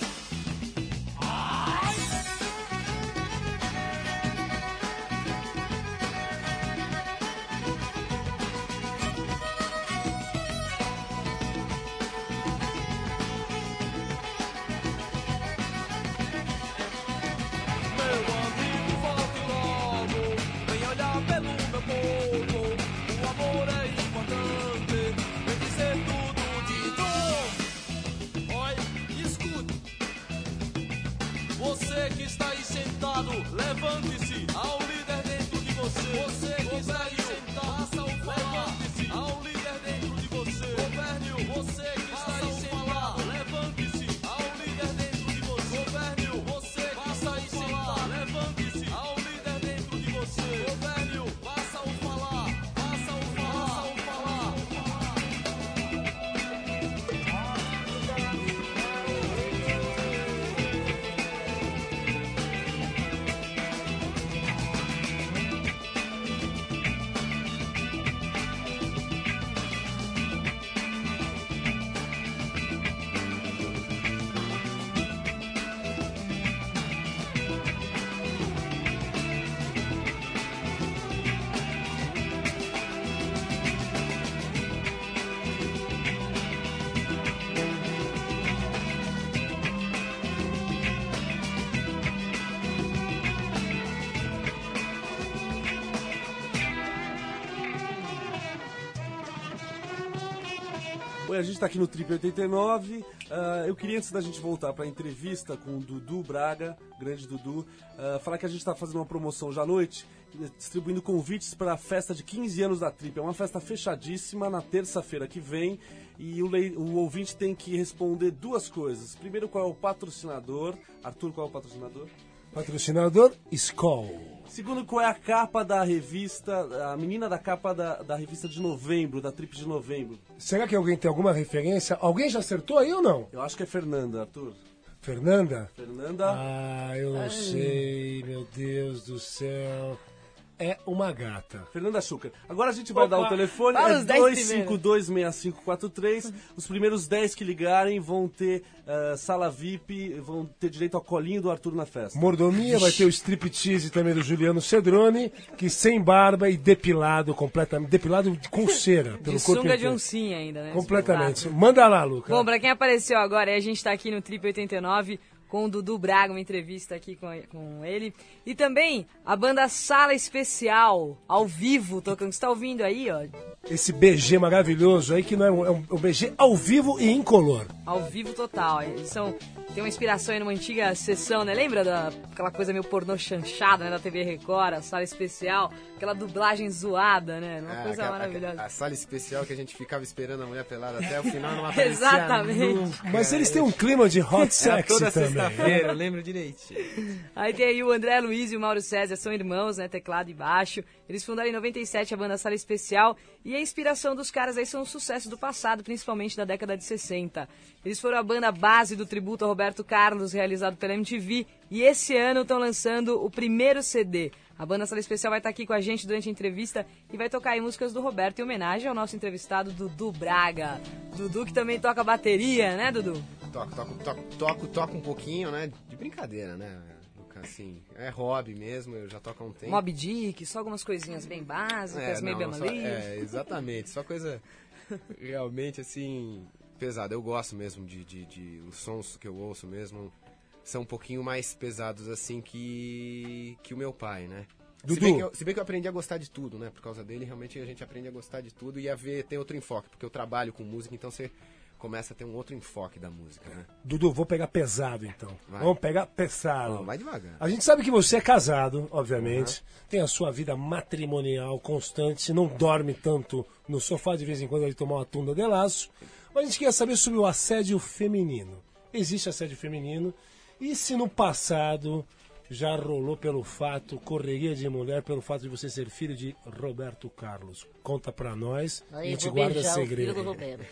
Speaker 3: Oi, a gente está aqui no Trip oitenta e nove. Uh, eu queria, antes da gente voltar para a entrevista com o Dudu Braga, grande Dudu, uh, falar que a gente está fazendo uma promoção já à noite, distribuindo convites para a festa de quinze anos da Trip. É uma festa fechadíssima na terça-feira que vem e o, lei, o ouvinte tem que responder duas coisas. Primeiro, qual é o patrocinador? Arthur, qual é o patrocinador?
Speaker 2: Patrocinador, Skol.
Speaker 3: Segundo, qual é a capa da revista, a menina da capa da, da revista de novembro, da Trip de novembro?
Speaker 2: Será que alguém tem alguma referência? Alguém já acertou aí ou não?
Speaker 3: Eu acho que é Fernanda, Arthur.
Speaker 2: Fernanda?
Speaker 3: Fernanda?
Speaker 2: Ah, eu não
Speaker 1: Ai.
Speaker 2: sei, meu Deus do céu. É uma gata.
Speaker 3: Fernanda Schucker. Agora a gente vai
Speaker 2: Opa.
Speaker 3: dar o telefone,
Speaker 1: Fala
Speaker 3: é
Speaker 1: os dez
Speaker 3: dois cinco dois, seis cinco quatro três. Os primeiros dez que ligarem vão ter uh, sala V I P, vão ter direito ao colinho do Arthur na festa.
Speaker 2: Mordomia, vai ter o striptease também do Juliano Cedrone, que sem barba e depilado completamente, depilado com cera pelo
Speaker 1: De
Speaker 2: corpo
Speaker 1: sunga de
Speaker 2: inteiro.
Speaker 1: oncinha ainda, né?
Speaker 2: Completamente. Manda lá, Luca.
Speaker 1: Bom, pra quem apareceu agora, a gente tá aqui no Trip oitenta e nove com o Dudu Braga, uma entrevista aqui com, com ele. E também a banda Sala Especial, ao vivo, tocando. Você tá ouvindo aí, ó?
Speaker 2: Esse B G maravilhoso aí, que não é um, é um B G ao vivo e incolor.
Speaker 1: Ao vivo total. Eles são, tem uma inspiração aí numa antiga sessão, né? Lembra daquela coisa meio pornô chanchada, né? Da T V Record, a Sala Especial, aquela dublagem zoada, né? Uma
Speaker 6: Ah,
Speaker 1: coisa
Speaker 6: aquela-
Speaker 1: maravilhosa.
Speaker 6: A, a sala especial que a gente ficava esperando a mulher pelada até o final, não aparecia
Speaker 1: Exatamente.
Speaker 6: nunca.
Speaker 2: Mas eles têm um clima de hot
Speaker 6: Era
Speaker 2: sexy
Speaker 6: toda
Speaker 2: também.
Speaker 6: sexta-feira, eu lembro direitinho.
Speaker 1: Aí tem aí o André Luiz e o Mauro César, são irmãos, né? Teclado e baixo. Eles fundaram em noventa e sete a banda Sala Especial. E a inspiração dos caras aí são os sucessos do passado, principalmente da década de sessenta. Eles foram a banda base do tributo a Roberto Carlos, realizado pela M T V. E esse ano estão lançando o primeiro C D. A banda Sala Especial vai estar aqui com a gente durante a entrevista e vai tocar aí músicas do Roberto em homenagem ao nosso entrevistado Dudu Braga. Dudu que também toca bateria, né, Dudu?
Speaker 6: Toco, toco, toco, toco, toco um pouquinho, né? De brincadeira, né? Luca, assim, é hobby mesmo, eu já toco há um tempo.
Speaker 1: Mob Dick, só algumas coisinhas bem básicas, meio
Speaker 6: não, só-
Speaker 1: bem
Speaker 6: é, exatamente, só coisa realmente assim, pesada. Eu gosto mesmo de, de, de os sons que eu ouço mesmo são um pouquinho mais pesados assim que, que o meu pai, né? Se
Speaker 2: Dudu.
Speaker 6: bem, que eu, se bem que eu aprendi a gostar de tudo, né? Por causa dele, realmente a gente aprende a gostar de tudo e a ver, tem outro enfoque, porque eu trabalho com música, então você começa a ter um outro enfoque da música, né?
Speaker 2: Dudu, vou pegar pesado então.
Speaker 6: Vai.
Speaker 2: Vamos pegar pesado.
Speaker 6: Não, vai devagar.
Speaker 2: A gente sabe que você é casado, obviamente, tem a sua vida matrimonial constante, não dorme tanto no sofá, de vez em quando ele tomar uma tunda de laço. Mas a gente queria saber sobre o assédio feminino. Existe assédio feminino? E se no passado já rolou pelo fato, correria de mulher, pelo fato de você ser filho de Roberto Carlos? Conta pra nós, a
Speaker 9: Aí
Speaker 2: gente
Speaker 9: vou
Speaker 2: guarda
Speaker 9: beijar o filho
Speaker 2: segredo.
Speaker 9: do Roberto.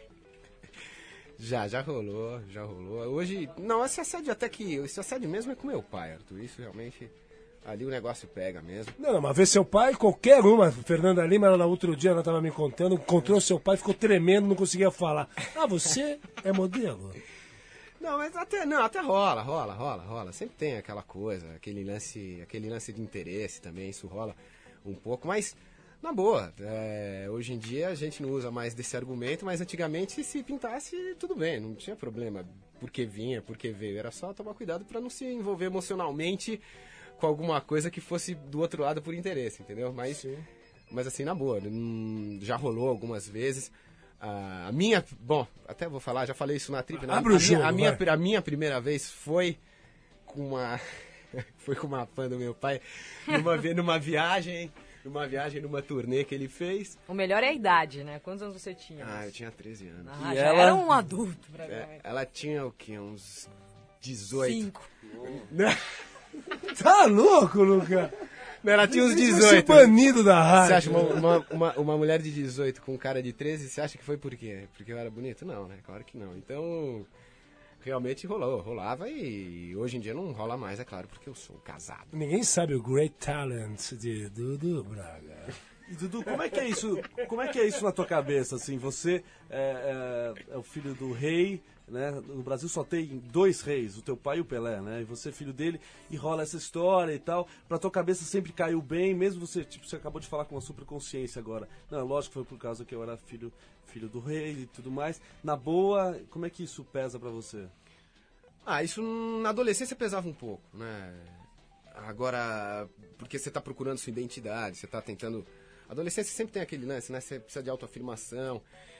Speaker 6: Já, já rolou, já rolou. Hoje, não, esse assédio até que, esse assédio mesmo é com meu pai, Arthur. Isso realmente, ali o negócio pega mesmo.
Speaker 2: Não, não, mas ver seu pai, qualquer uma, Fernanda Lima, ela, outro dia ela estava me contando, encontrou seu pai, ficou tremendo, não conseguia falar. Ah, você é modelo?
Speaker 6: Não, mas até, não, até rola, rola, rola, rola. Sempre tem aquela coisa, aquele lance, aquele lance de interesse também, isso rola um pouco, mas na boa, é, hoje em dia a gente não usa mais desse argumento, mas antigamente se pintasse, tudo bem, não tinha problema porque vinha, porque veio, era só tomar cuidado para não se envolver emocionalmente com alguma coisa que fosse do outro lado por interesse, entendeu? Mas, mas assim, na boa, hum, já rolou algumas vezes. Ah, a minha, bom, até vou falar, já falei isso na trip, né?
Speaker 2: Abre o
Speaker 6: a,
Speaker 2: jogo,
Speaker 6: minha, a, minha,
Speaker 2: vai.
Speaker 6: a minha primeira vez foi com uma foi com uma fã do meu pai numa, vi- numa viagem, numa viagem, numa turnê que ele fez.
Speaker 1: O melhor é a idade, né? Quantos anos você tinha?
Speaker 6: Ah, eu tinha treze anos.
Speaker 1: Ah,
Speaker 3: E
Speaker 1: já
Speaker 3: ela-
Speaker 1: era um adulto,
Speaker 6: É,
Speaker 1: praticamente.
Speaker 6: ela tinha o quê? Uns dezoito.
Speaker 1: Cinco.
Speaker 6: Não,
Speaker 2: Tá louco, Luca?
Speaker 6: não, ela tinha uns
Speaker 2: Você vai ser
Speaker 6: dezoito.
Speaker 2: banido da rádio.
Speaker 6: Você acha uma, uma, uma, uma mulher de dezoito com um cara de treze, você acha que foi por quê? Porque eu era bonito? Não, né? Claro que não. Então, realmente rolou, rolava e hoje em dia não rola mais, é claro, porque eu sou casado.
Speaker 2: Ninguém sabe o great talent de Dudu Braga.
Speaker 3: E, Dudu, como é que é isso? Como é que é isso na tua cabeça? Assim, você é, é- é o filho do rei, né? No Brasil só tem dois reis, o teu pai e o Pelé, né? E você é filho dele e rola essa história e tal. Pra tua cabeça sempre caiu bem, mesmo você, tipo, você acabou de falar com uma super consciência agora. Não, lógico que foi por causa que eu era filho, filho do rei e tudo mais. Na boa, como é que isso pesa pra você?
Speaker 6: Ah, isso na adolescência pesava um pouco, né? Agora, porque você tá procurando sua identidade, você tá tentando... A adolescência sempre tem aquele lance, né? Você precisa de autoafirmação.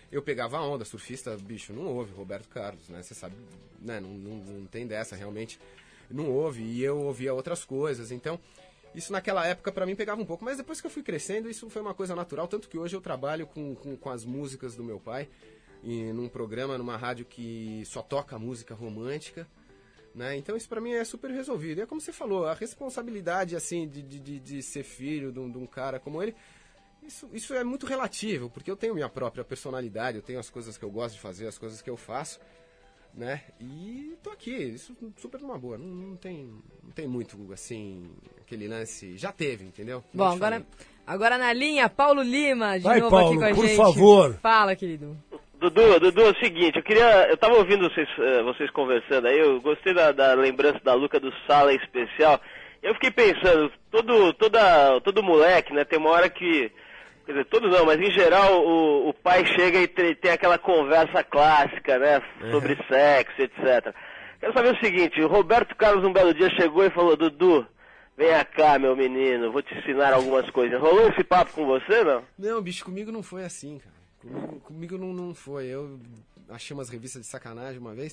Speaker 6: eu pegava a onda, surfista, bicho, não ouve Roberto Carlos, né? Você sabe, né? Não, não, não tem dessa, realmente, não ouve. E eu ouvia outras coisas, então, isso naquela época pra mim pegava um pouco. Mas depois que eu fui crescendo, isso foi uma coisa natural, tanto que hoje eu trabalho com, com, com as músicas do meu pai, e num programa, numa rádio que só toca música romântica, né? Então isso pra mim é super resolvido. E é como você falou, a responsabilidade, assim, de, de, de ser filho de um, de um cara como ele... Isso, isso é muito relativo, porque eu tenho minha própria personalidade, eu tenho as coisas que eu gosto de fazer, as coisas que eu faço, né? E tô aqui, isso super numa boa, não, não, tem, não tem muito, assim, aquele lance... Já teve, entendeu?
Speaker 1: Bom, agora, agora na linha, Paulo Lima, de
Speaker 2: Vai,
Speaker 1: novo
Speaker 2: Paulo,
Speaker 1: aqui com a
Speaker 2: por
Speaker 1: gente.
Speaker 2: favor.
Speaker 1: Fala, querido.
Speaker 7: Dudu, Dudu, é o seguinte, eu queria... Eu tava ouvindo vocês, uh, vocês conversando aí, eu gostei da, da lembrança da Luca do Sala em especial. Eu fiquei pensando, todo, toda, todo moleque, né, tem uma hora que... Quer dizer, todo não, mas em geral o, o pai chega e tem, tem aquela conversa clássica, né, sobre uhum. sexo, etcétera. Quero saber o seguinte, o Roberto Carlos um belo dia chegou e falou, Dudu, vem cá, meu menino, vou te ensinar algumas coisas. Rolou esse papo com você, não?
Speaker 6: Não, bicho, comigo não foi assim, cara. Comigo, comigo não, não foi. Eu achei umas revistas de sacanagem uma vez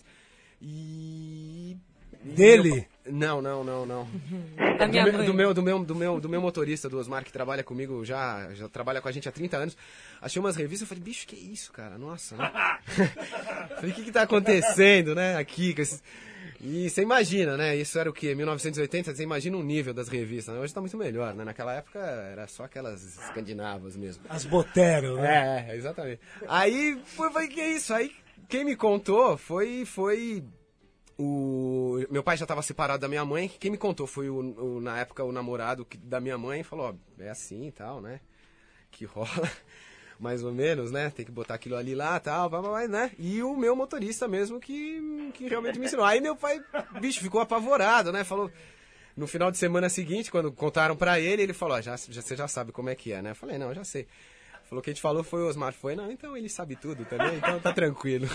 Speaker 6: e...
Speaker 2: Dele?
Speaker 6: Eu... Não, não, não, não.
Speaker 1: Da minha
Speaker 6: do, meu, do, meu, do, meu, do, meu, do meu motorista, do Osmar, que trabalha comigo, já, já trabalha com a gente há trinta anos. Achei umas revistas, eu falei, bicho, que isso, cara? Nossa, né? Falei, o que que tá acontecendo, né, aqui? Com esses... E você imagina, né? Isso era o quê? mil novecentos e oitenta? Você imagina o nível das revistas, né? Hoje tá muito melhor, né? Naquela época era só aquelas escandinavas mesmo.
Speaker 2: As Botero, né?
Speaker 6: É, exatamente. Aí, foi, foi que isso? Aí, quem me contou foi... foi... O... Meu pai já estava separado da minha mãe. Quem me contou foi, o, o, na época, o namorado que, da minha mãe. Falou, ó, é assim e tal, né? Que rola, mais ou menos, né? Tem que botar aquilo ali lá e tal, né? E o meu motorista mesmo que, que realmente me ensinou. Aí meu pai, bicho, ficou apavorado, né? Falou... No final de semana seguinte, quando contaram pra ele, ele falou, ó, já, já, você já sabe como é que é, né? Eu falei, não, já sei. Falou que a gente falou foi o Osmar. Foi, não, então ele sabe tudo também, então tá tranquilo.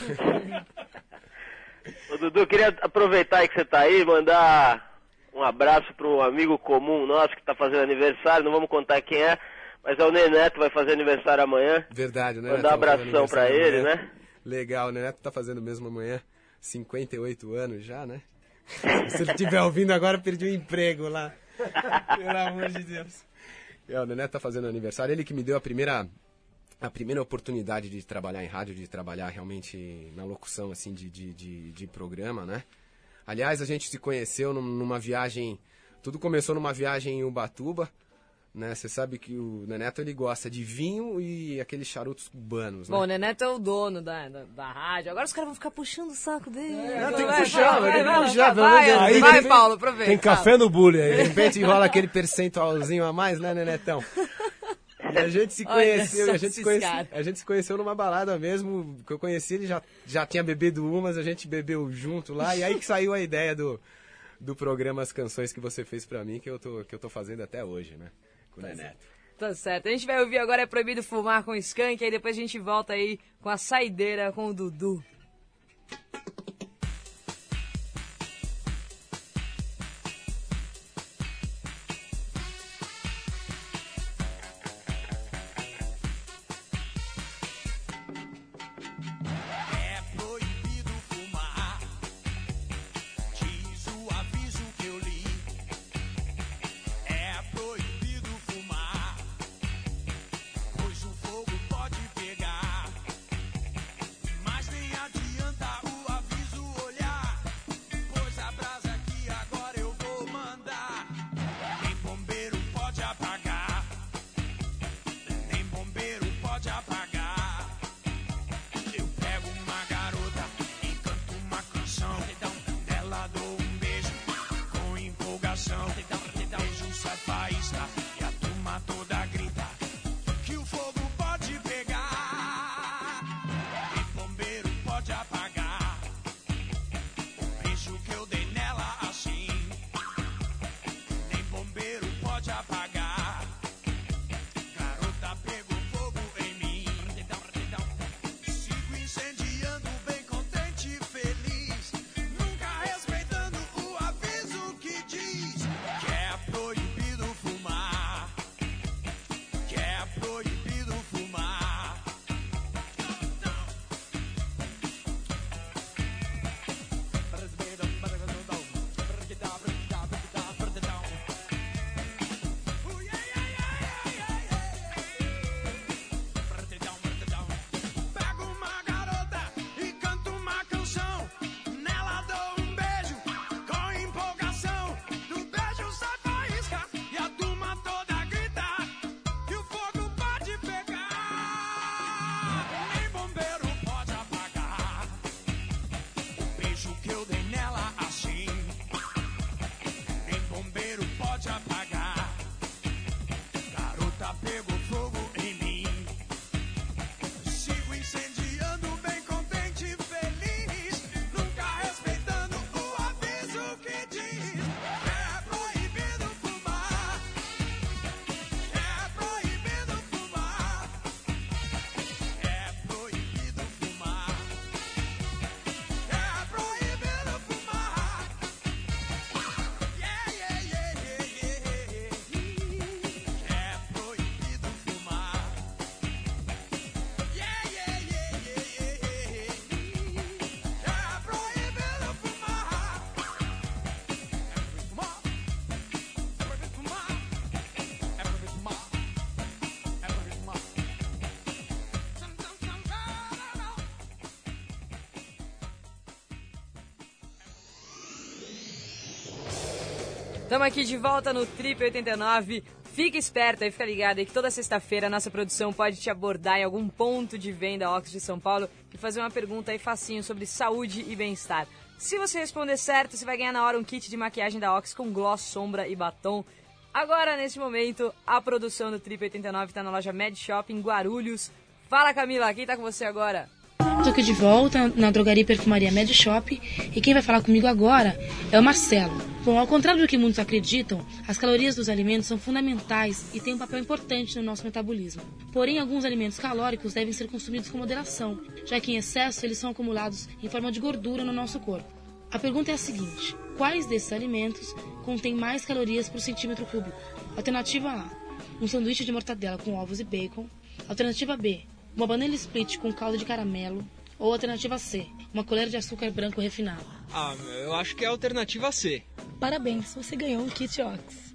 Speaker 7: Ô, Dudu, queria aproveitar que você tá aí e mandar um abraço para um amigo comum nosso que está fazendo aniversário, não vamos contar quem é, mas é o Neneto, vai fazer aniversário amanhã.
Speaker 6: Verdade, né?
Speaker 7: Mandar um abração para ele, amanhã. Né?
Speaker 6: Legal, o Neneto tá fazendo mesmo amanhã, cinquenta e oito anos já, né? Se ele estiver ouvindo agora, perdi o emprego lá. Pelo amor de Deus. É, o Neneto tá fazendo aniversário, ele que me deu a primeira... A primeira oportunidade de trabalhar em rádio, de trabalhar realmente na locução, assim, de, de, de, de programa, né? Aliás, a gente se conheceu numa viagem... Tudo começou numa viagem em Ubatuba, né? Você sabe que o Neneto, ele gosta de vinho e aqueles charutos cubanos, né?
Speaker 1: Bom, o Neneto é o dono da, da, da rádio. Agora os caras vão ficar puxando o saco dele.
Speaker 6: É, não, tem que
Speaker 1: vai,
Speaker 6: puxar,
Speaker 1: vai,
Speaker 6: tem que
Speaker 1: vai,
Speaker 6: puxar.
Speaker 1: Vai, vai,
Speaker 2: Aí
Speaker 1: vai
Speaker 2: tem-
Speaker 1: Paulo, aproveita.
Speaker 2: Tem café no bule aí.
Speaker 6: De repente rola aquele percentualzinho a mais, né, Nenetão? E a gente se
Speaker 1: Olha
Speaker 6: conheceu,
Speaker 1: só
Speaker 6: a gente se
Speaker 1: esses
Speaker 6: conhece,
Speaker 1: caras.
Speaker 6: a gente se conheceu numa balada mesmo, que eu conheci, ele já, já tinha bebido umas, a gente bebeu junto lá, e aí que saiu a ideia do, do programa As Canções que você fez pra mim, que eu tô, que eu tô fazendo até hoje, né, com o Neneto.
Speaker 1: Tá certo. A gente vai ouvir agora É Proibido Fumar com o Skank, aí depois a gente volta aí com a saideira com o Dudu.
Speaker 8: É proibido fumar, diz o aviso que eu li. É proibido fumar, pois o fogo pode pegar. Mas nem
Speaker 1: Estamos aqui de volta no Trip oitenta e nove. Fica esperto aí, fica ligado aí que toda sexta-feira a nossa produção pode te abordar em algum ponto de venda Ox de São Paulo e fazer uma pergunta aí facinho sobre saúde e bem-estar. Se você responder certo, você vai ganhar na hora um kit de maquiagem da Ox com gloss, sombra e batom. Agora, nesse momento, a produção do Trip oitenta e nove está na loja Med Shop em Guarulhos. Fala, Camila, quem tá com você agora?
Speaker 5: Tô aqui de volta na drogaria e perfumaria Med Shop e quem vai falar comigo agora é o Marcelo. Bom, ao contrário do que muitos acreditam, as calorias dos alimentos são fundamentais e têm um papel importante no nosso metabolismo. Porém, alguns alimentos calóricos devem ser consumidos com moderação, já que em excesso eles são acumulados em forma de gordura no nosso corpo. A pergunta é a seguinte: quais desses alimentos contêm mais calorias por centímetro cúbico? Alternativa A, um sanduíche de mortadela com ovos e bacon. Alternativa B, uma banana split com calda de caramelo. Ou alternativa C, uma colher de açúcar branco refinado.
Speaker 9: Ah, eu acho que é a alternativa C.
Speaker 10: Parabéns, você ganhou um kit Ox.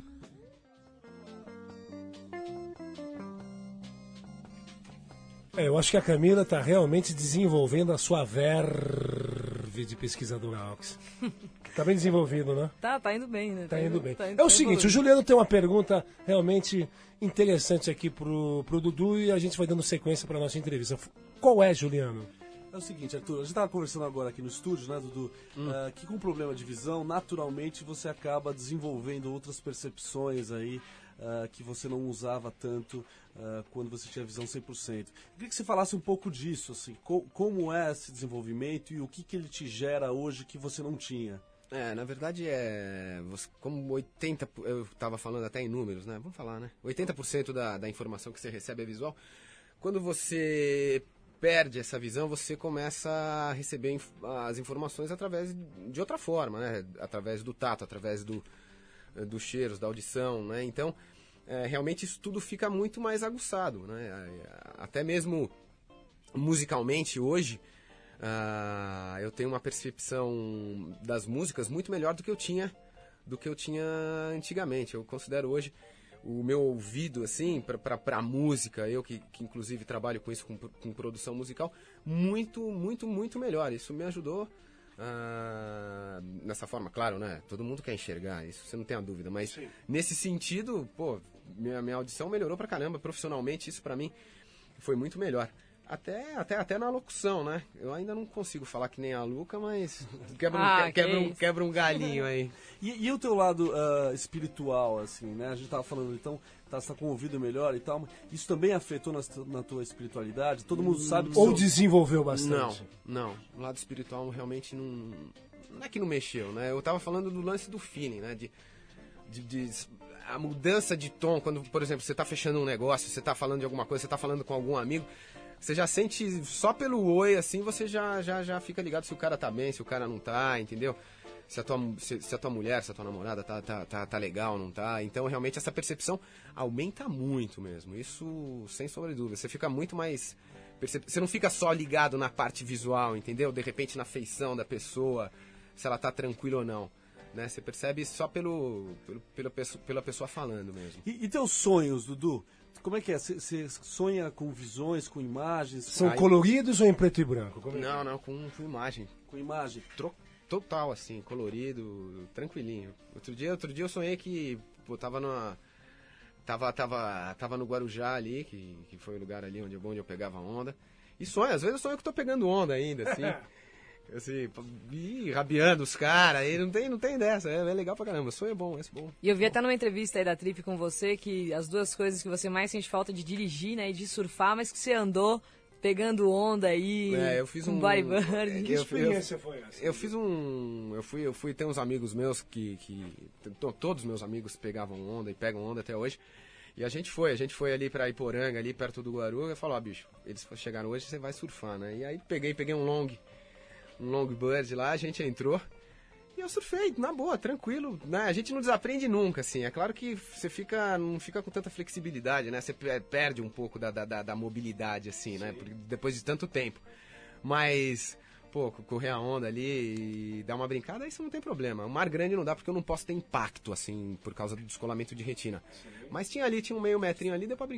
Speaker 2: É, eu acho que a Camila está realmente desenvolvendo a sua verve de pesquisadora Ox. Tá bem desenvolvido, né?
Speaker 1: Tá, tá indo bem, né?
Speaker 2: Tá indo bem.
Speaker 1: Tá indo,
Speaker 2: É o
Speaker 1: tá
Speaker 2: seguinte,
Speaker 1: evoluindo.
Speaker 2: o Juliano tem uma pergunta realmente interessante aqui pro, pro Dudu e a gente vai dando sequência para nossa entrevista. Qual é, Juliano?
Speaker 3: É o seguinte, Arthur, a gente estava conversando agora aqui no estúdio, né, Dudu,
Speaker 6: Hum.
Speaker 3: ah, que com problema de visão, naturalmente você acaba desenvolvendo outras percepções aí ah, que você não usava tanto ah, quando você tinha visão cem por cento. Eu queria que você falasse um pouco disso, assim, co- como é esse desenvolvimento e o que, que ele te gera hoje que você não tinha.
Speaker 6: É, na verdade é. Você, como oitenta por cento. Eu estava falando até em números, né? Vamos falar, né? oitenta por cento da, da informação que você recebe é visual. Quando você perde essa visão, você começa a receber inf- as informações através de outra forma, né? Através do tato, através do, dos cheiros, da audição, né? Então, é, realmente isso tudo fica muito mais aguçado, né? Até mesmo musicalmente hoje. Ah, eu tenho uma percepção das músicas muito melhor do que eu tinha do que eu tinha antigamente. Eu considero hoje o meu ouvido, assim, para a música, eu que, que inclusive trabalho com isso, com, com produção musical, muito, muito, muito melhor. Isso me ajudou ah, nessa forma, claro, né? Todo mundo quer enxergar, isso você não tem a dúvida, mas Sim. nesse sentido, pô, minha, minha audição melhorou pra caramba, profissionalmente isso pra mim foi muito melhor. Até, até, até na locução, né? Eu ainda não consigo falar que nem a Luca, mas quebra,
Speaker 1: Ah,
Speaker 6: um,
Speaker 1: que
Speaker 6: quebra, um,
Speaker 1: isso.
Speaker 6: quebra um galinho aí.
Speaker 3: E, e o teu lado ah, espiritual, assim, né? A gente tava falando, então, tá, você tá com o ouvido melhor e tal, mas isso também afetou na, na tua espiritualidade? Todo mundo sabe que...
Speaker 2: Ou
Speaker 3: seu-
Speaker 2: desenvolveu
Speaker 6: Não,
Speaker 2: bastante?
Speaker 6: não. O lado espiritual realmente não... Não é que não mexeu, né? Eu tava falando do lance do feeling, né? De, de, de- a mudança de tom, quando, por exemplo, você tá fechando um negócio, você tá falando de alguma coisa, você tá falando com algum amigo, você já sente, só pelo oi, assim, você já, já, já fica ligado se o cara tá bem, se o cara não tá, entendeu? Se a tua, se, se a tua mulher, se a tua namorada tá, tá, tá, tá legal, não tá. Então, realmente, essa percepção aumenta muito mesmo. Isso, sem sombra de dúvida. Você fica muito mais... percep- Você não fica só ligado na parte visual, entendeu? De repente, na feição da pessoa, se ela tá tranquila ou não. Né? Você percebe só pelo, pelo, pela, pessoa, pela pessoa falando mesmo.
Speaker 3: E, e teus sonhos, Dudu? Como é que é? Você sonha com visões, com imagens?
Speaker 2: São
Speaker 6: Aí-
Speaker 2: coloridos ou em preto e branco? Como é que é?
Speaker 6: Não, não, com, com imagem.
Speaker 3: Com imagem?
Speaker 6: Tro- Total, assim, colorido, tranquilinho. Outro dia, outro dia eu sonhei que, pô, tava numa... Tava, tava, tava no Guarujá ali, que, que foi o lugar ali onde, eu- onde eu pegava onda. E sonho, às vezes eu sonho que eu tô pegando onda ainda, assim. assim, e rabiando os caras, aí não tem, não tem dessa, é, é legal pra caramba. Sonho é bom, é bom.
Speaker 1: E eu vi até numa entrevista aí da Trip com você que as duas coisas que você mais sente falta de dirigir, né, e de surfar, mas que você andou pegando onda aí,
Speaker 6: É, eu fiz
Speaker 1: com
Speaker 6: um...
Speaker 1: bodyboard.
Speaker 2: Que
Speaker 6: eu-
Speaker 2: experiência foi essa?
Speaker 6: Eu fiz um. Eu fui, eu fui ter uns amigos meus que. que to- todos meus amigos pegavam onda e pegam onda até hoje. E a gente foi, a gente foi ali pra Iporanga, ali perto do Guaru, e falou, ó, bicho, eles chegaram hoje, você vai surfar, né? E aí peguei, peguei um long, um longboard lá, a gente entrou. E eu surfei, na boa, tranquilo, né? A gente não desaprende nunca, assim. É claro que você fica, não fica com tanta flexibilidade, né? Você pe- perde um pouco da, da, da- da mobilidade, assim, né? Porque depois de tanto tempo. Mas, pô, correr a onda ali e dar uma brincada, isso não tem problema. O mar grande não dá porque eu não posso ter impacto, assim, por causa do descolamento de retina. Mas tinha ali, tinha um meio metrinho ali, deu pra brincar.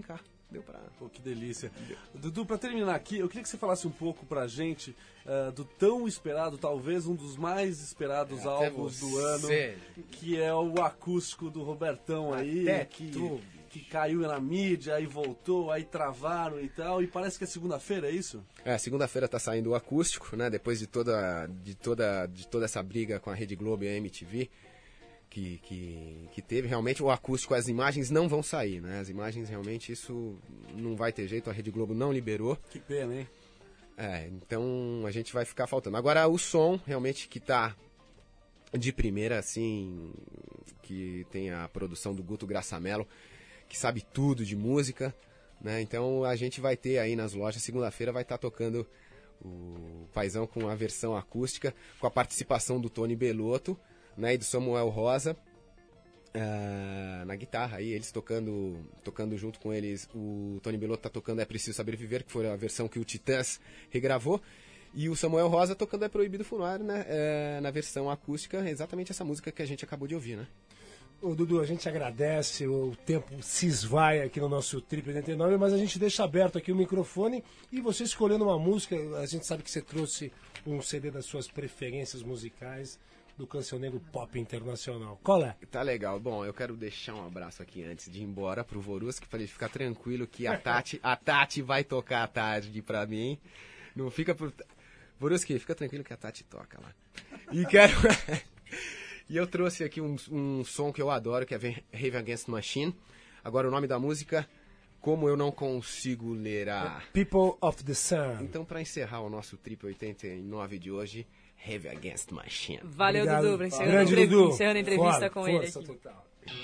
Speaker 6: deu pra...
Speaker 3: Pô, que delícia. Dudu, pra terminar aqui, eu queria que você falasse um pouco pra gente uh, do tão esperado, talvez um dos mais esperados
Speaker 6: É,
Speaker 3: álbuns do ano, que é o acústico do Robertão aí,
Speaker 6: Até
Speaker 3: que,
Speaker 6: tu.
Speaker 3: que caiu na mídia, aí voltou, aí travaram e tal, e parece que é segunda-feira, é isso?
Speaker 6: É, segunda-feira tá saindo o acústico, né? Depois de toda, de toda, de toda essa briga com a Rede Globo e a M T V que, que, que teve, realmente o acústico, as imagens não vão sair, né? As imagens realmente, isso não vai ter jeito, a Rede Globo não liberou.
Speaker 3: Que pena, hein?
Speaker 6: É, então a gente vai ficar faltando. Agora o som, realmente, que tá de primeira, assim, que tem a produção do Guto Graçamelo, que sabe tudo de música, né? Então a gente vai ter aí nas lojas, segunda-feira vai estar tocando o Paizão com a versão acústica, com a participação do Tony Bellotto, né, e do Samuel Rosa uh, na guitarra, aí eles tocando, tocando junto com eles. O Tony Bellotto tá tocando É Preciso Saber Viver, que foi a versão que o Titãs regravou, e o Samuel Rosa tocando É Proibido Fumar, né, uh, na versão acústica, exatamente essa música que a gente acabou de ouvir, né?
Speaker 2: Ô, Dudu, a gente agradece, o tempo se esvai aqui no nosso Trip oitenta e nove, mas a gente deixa aberto aqui o microfone e você escolhendo uma música, a gente sabe que você trouxe um C D das suas preferências musicais do cancioneiro pop internacional. Qual é?
Speaker 6: Tá legal. Bom, eu quero deixar um abraço aqui antes de ir embora pro Voruski, pra ele ficar tranquilo que a Tati, a Tati vai tocar à tarde pra mim. Não fica por... Voruski, fica tranquilo que a Tati toca lá. E quero... E eu trouxe aqui um, um som que eu adoro, que é Rave Against the Machine. Agora o nome da música, Como Eu Não Consigo Ler a...
Speaker 2: People of the Sun.
Speaker 6: Então, pra encerrar o nosso Trip oitenta e nove de hoje, Rave Against the Machine.
Speaker 1: Valeu,
Speaker 2: Obrigado.
Speaker 1: Dudu, pra encerrar
Speaker 2: Grande
Speaker 1: entrev...
Speaker 2: Dudu.
Speaker 1: encerrando a entrevista
Speaker 2: Fora,
Speaker 1: com
Speaker 2: força
Speaker 1: ele aqui.
Speaker 2: Total.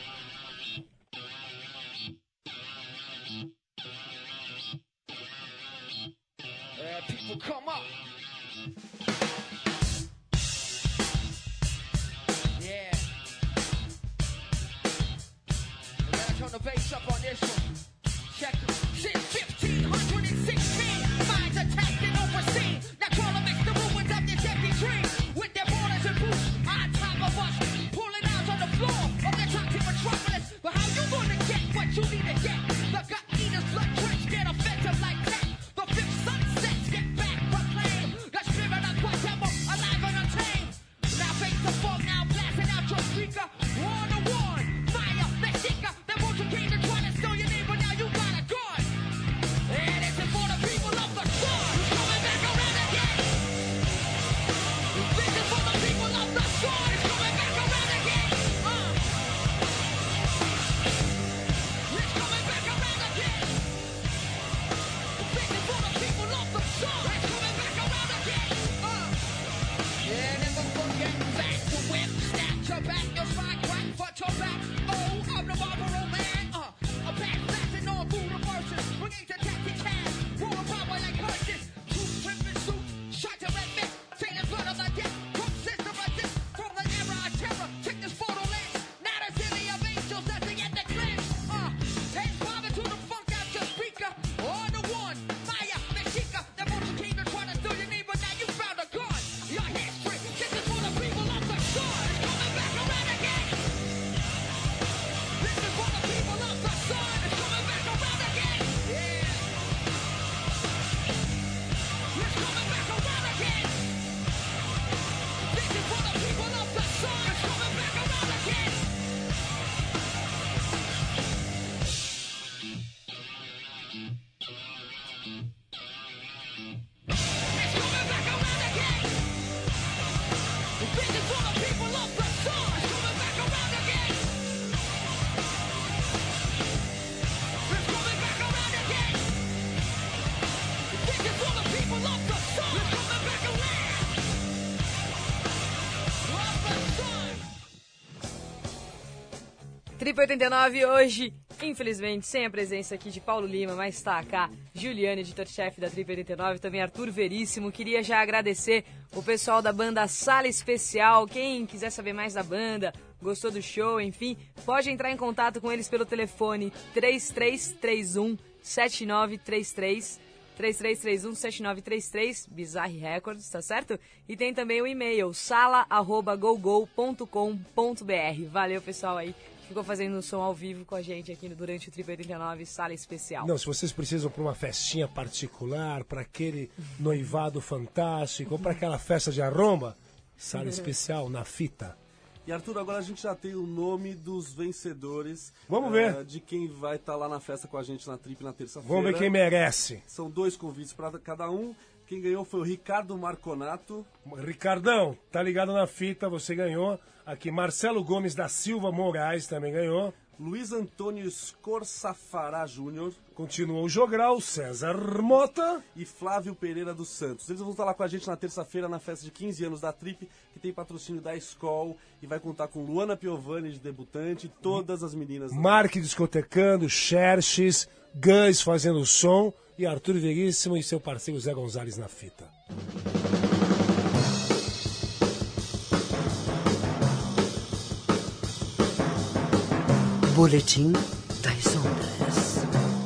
Speaker 8: Yeah, people come up. Yeah. We gotta turn the bass up on this one. Check it. Since fifteen sixteen, minds attacked and overseen. Now call them the ruins of this empty dream. With their borders and boots on top of us, pulling out on the floor of the toxic metropolis. But how you gonna get what you need to get? The gut eaters, blood trench, get offensive like that. The fifth sunsets get back proclaimed. The spirit of Guatemala, alive and untamed. Now face the fog, now blasting out your speaker. One to one, fire, Mexica. They want you came to try to steal your neighbor, now you got a gun. And this is for the people of the sun. Coming back around again. This is for the people of the sun. It's coming back around again. Uh. It's coming back around again. This is for the people of the sun. It's coming back around again. Uh. Yeah, never looking back to whip, snap your back, your spine crack, but your back. Oh, I'm the Marlboro man. Uh, a back flashing on full reverses. Bringing to tactic cash, roll power like horses. Two tripping suits, shot to red mist, taking blood of the dead. From sister resist, from the era of terror. Check this photo lens. Not a city of angels that's at the cleanse. Uh, and popping to the funk out your speaker. On the one, fire, Mexica. The motion came to try to steal your neighbor, now you found a gun. Your history, this is for the people of the sun. It's coming back around again. This is for the people of the sun. It's coming back around again. Yeah. It's coming back around again. This is for the people of the sun. It's coming back around again. It's coming back around again. This is for the people of the sun. It's coming back around again. It's coming back around again. This is for the people of the sun. It's coming back around. Of the sun.
Speaker 1: Trip oitenta e nove hoje, infelizmente, sem a presença aqui de Paulo Lima, mas está cá Juliano, editor-chefe da Trip oitenta e nove, também Arthur Veríssimo. Queria já agradecer o pessoal da banda Sala Especial. Quem quiser saber mais da banda, gostou do show, enfim, pode entrar em contato com eles pelo telefone três três três um, sete nove três três, três três três um, sete nove três três, Bizarre Records, tá certo? E tem também o e-mail sala arroba gogol ponto com ponto br. Valeu, pessoal aí ficou fazendo um som ao vivo com a gente aqui no, durante o Trip oitenta e nove, sala especial.
Speaker 2: Não, se vocês precisam para uma festinha particular, para aquele noivado fantástico, ou para aquela festa de arromba, sala especial na fita.
Speaker 3: E Arthur, agora a gente já tem o nome dos vencedores.
Speaker 2: Vamos
Speaker 3: uh,
Speaker 2: ver.
Speaker 3: De quem vai estar tá lá na festa com a gente na Trip na terça-feira.
Speaker 2: Vamos ver quem merece.
Speaker 3: São dois convites para cada um. Quem ganhou foi o Ricardo Marconato.
Speaker 2: Ricardão, tá ligado na fita, você ganhou. Aqui, Marcelo Gomes da Silva Moraes também ganhou.
Speaker 3: Luiz Antônio Scorsafará Júnior.
Speaker 2: Continuou o Jogral, César Mota.
Speaker 3: E Flávio Pereira dos Santos. Eles vão estar lá com a gente na terça-feira, na festa de quinze anos da Trip, que tem patrocínio da Skol. E vai contar com Luana Piovani, de debutante, e todas as meninas.
Speaker 2: Mark discotecando, Xerxes, Gus fazendo o som. E Arthur Veríssimo e seu parceiro Zé Gonzalez na fita.
Speaker 11: Boletim das Ondas.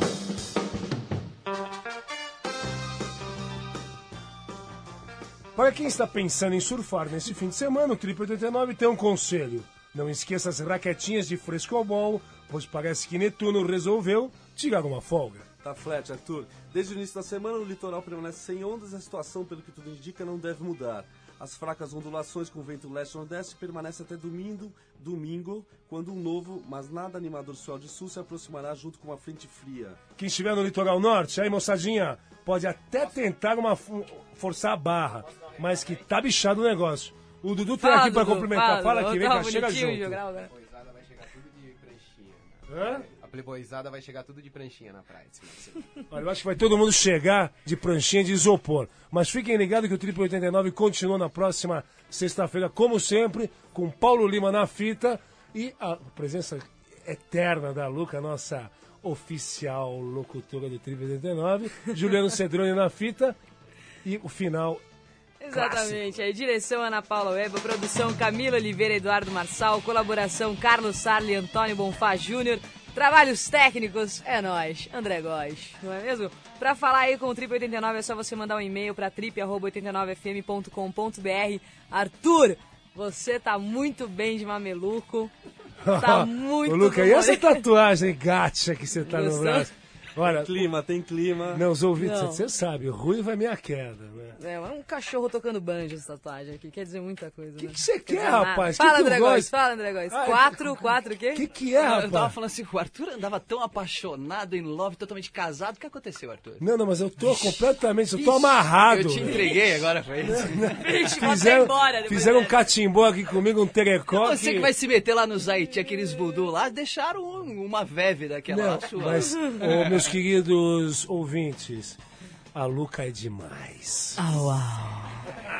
Speaker 2: Para quem está pensando em surfar nesse fim de semana, o Trip oitenta e nove tem um conselho. Não esqueça as raquetinhas de frescobol, pois parece que Netuno resolveu tirar uma folga.
Speaker 3: Tá flat, Arthur. Desde o início da semana, o litoral permanece sem ondas e a situação, pelo que tudo indica, não deve mudar. As fracas ondulações com vento leste-nordeste permanecem até domingo, domingo, quando um novo, mas nada animador sol de sul se aproximará junto com uma frente fria.
Speaker 2: Quem estiver no litoral norte, aí moçadinha, pode até tentar uma, forçar a barra, mas que tá bichado o negócio. O Dudu tá
Speaker 1: Fala,
Speaker 2: aqui pra
Speaker 1: Dudu,
Speaker 2: complementar.
Speaker 1: fala,
Speaker 2: Fala aqui, vem cá, chega junto.
Speaker 6: Playboyzada vai chegar tudo de pranchinha.
Speaker 2: Hã?
Speaker 6: A playboyzada vai chegar tudo de pranchinha na praia.
Speaker 2: Olha, eu acho que vai todo mundo chegar de pranchinha de isopor. Mas fiquem ligados que o Trip oitenta e nove continua na próxima sexta-feira, como sempre, com Paulo Lima na fita e a presença eterna da Luca, nossa oficial locutora do Trip oitenta e nove, Juliano Cedrone na fita e o final.
Speaker 1: Exatamente, aí direção Ana Paula Weba, produção Camila Oliveira, Eduardo Marçal, colaboração Carlos Sarli, Antônio Bonfá Júnior, trabalhos técnicos, é nóis, André Góes, não é mesmo? Pra falar aí com o Trip oitenta e nove é só você mandar um e-mail pra trip arroba oitenta e nove f m ponto com ponto b r. Arthur, você tá muito bem de mameluco, tá muito...
Speaker 2: Ô, Luca, e essa tatuagem gacha que você tá no braço? Olha,
Speaker 3: tem clima, tem clima.
Speaker 2: Não, os ouvintes, você sabe, ruivo é minha queda, né?
Speaker 1: É, é um cachorro tocando banjo essa tatuagem aqui, quer dizer muita coisa. O
Speaker 2: que
Speaker 1: né?
Speaker 2: você que quer, rapaz?
Speaker 1: Fala,
Speaker 2: que
Speaker 1: André Góes, fala, André Góes. Quatro, quatro o quê?
Speaker 2: O que que é, rapaz?
Speaker 12: Eu tava falando assim, o Arthur andava tão apaixonado, em love, totalmente casado. O que aconteceu, Arthur?
Speaker 2: Não, não, mas eu tô completamente, eu tô amarrado.
Speaker 12: Eu te entreguei agora pra isso.
Speaker 1: Vixe,
Speaker 2: fizeram
Speaker 1: embora
Speaker 2: fizeram um catimbó aqui comigo, um terecó.
Speaker 12: Você que vai se meter lá nos Haiti, aqueles voodoo lá, deixaram um, uma veve daquela
Speaker 2: não,
Speaker 12: lá sua.
Speaker 2: Mas, oh, meus queridos ouvintes, a Luca é demais.
Speaker 1: Oh, uau.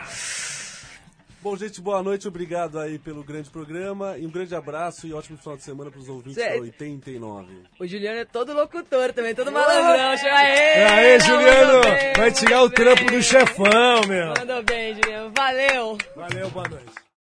Speaker 3: Bom, gente, boa noite, obrigado aí pelo grande programa e um grande abraço e ótimo final de semana pros ouvintes
Speaker 1: Cê...
Speaker 3: da oitenta e nove.
Speaker 1: O Juliano é todo locutor também, todo malandrão. Chega aí!
Speaker 2: Aê, Juliano!
Speaker 1: Bem,
Speaker 2: vai tirar o
Speaker 1: bem.
Speaker 2: trampo do chefão, meu!
Speaker 1: Mandou bem, Juliano. Valeu!
Speaker 2: Valeu, boa noite.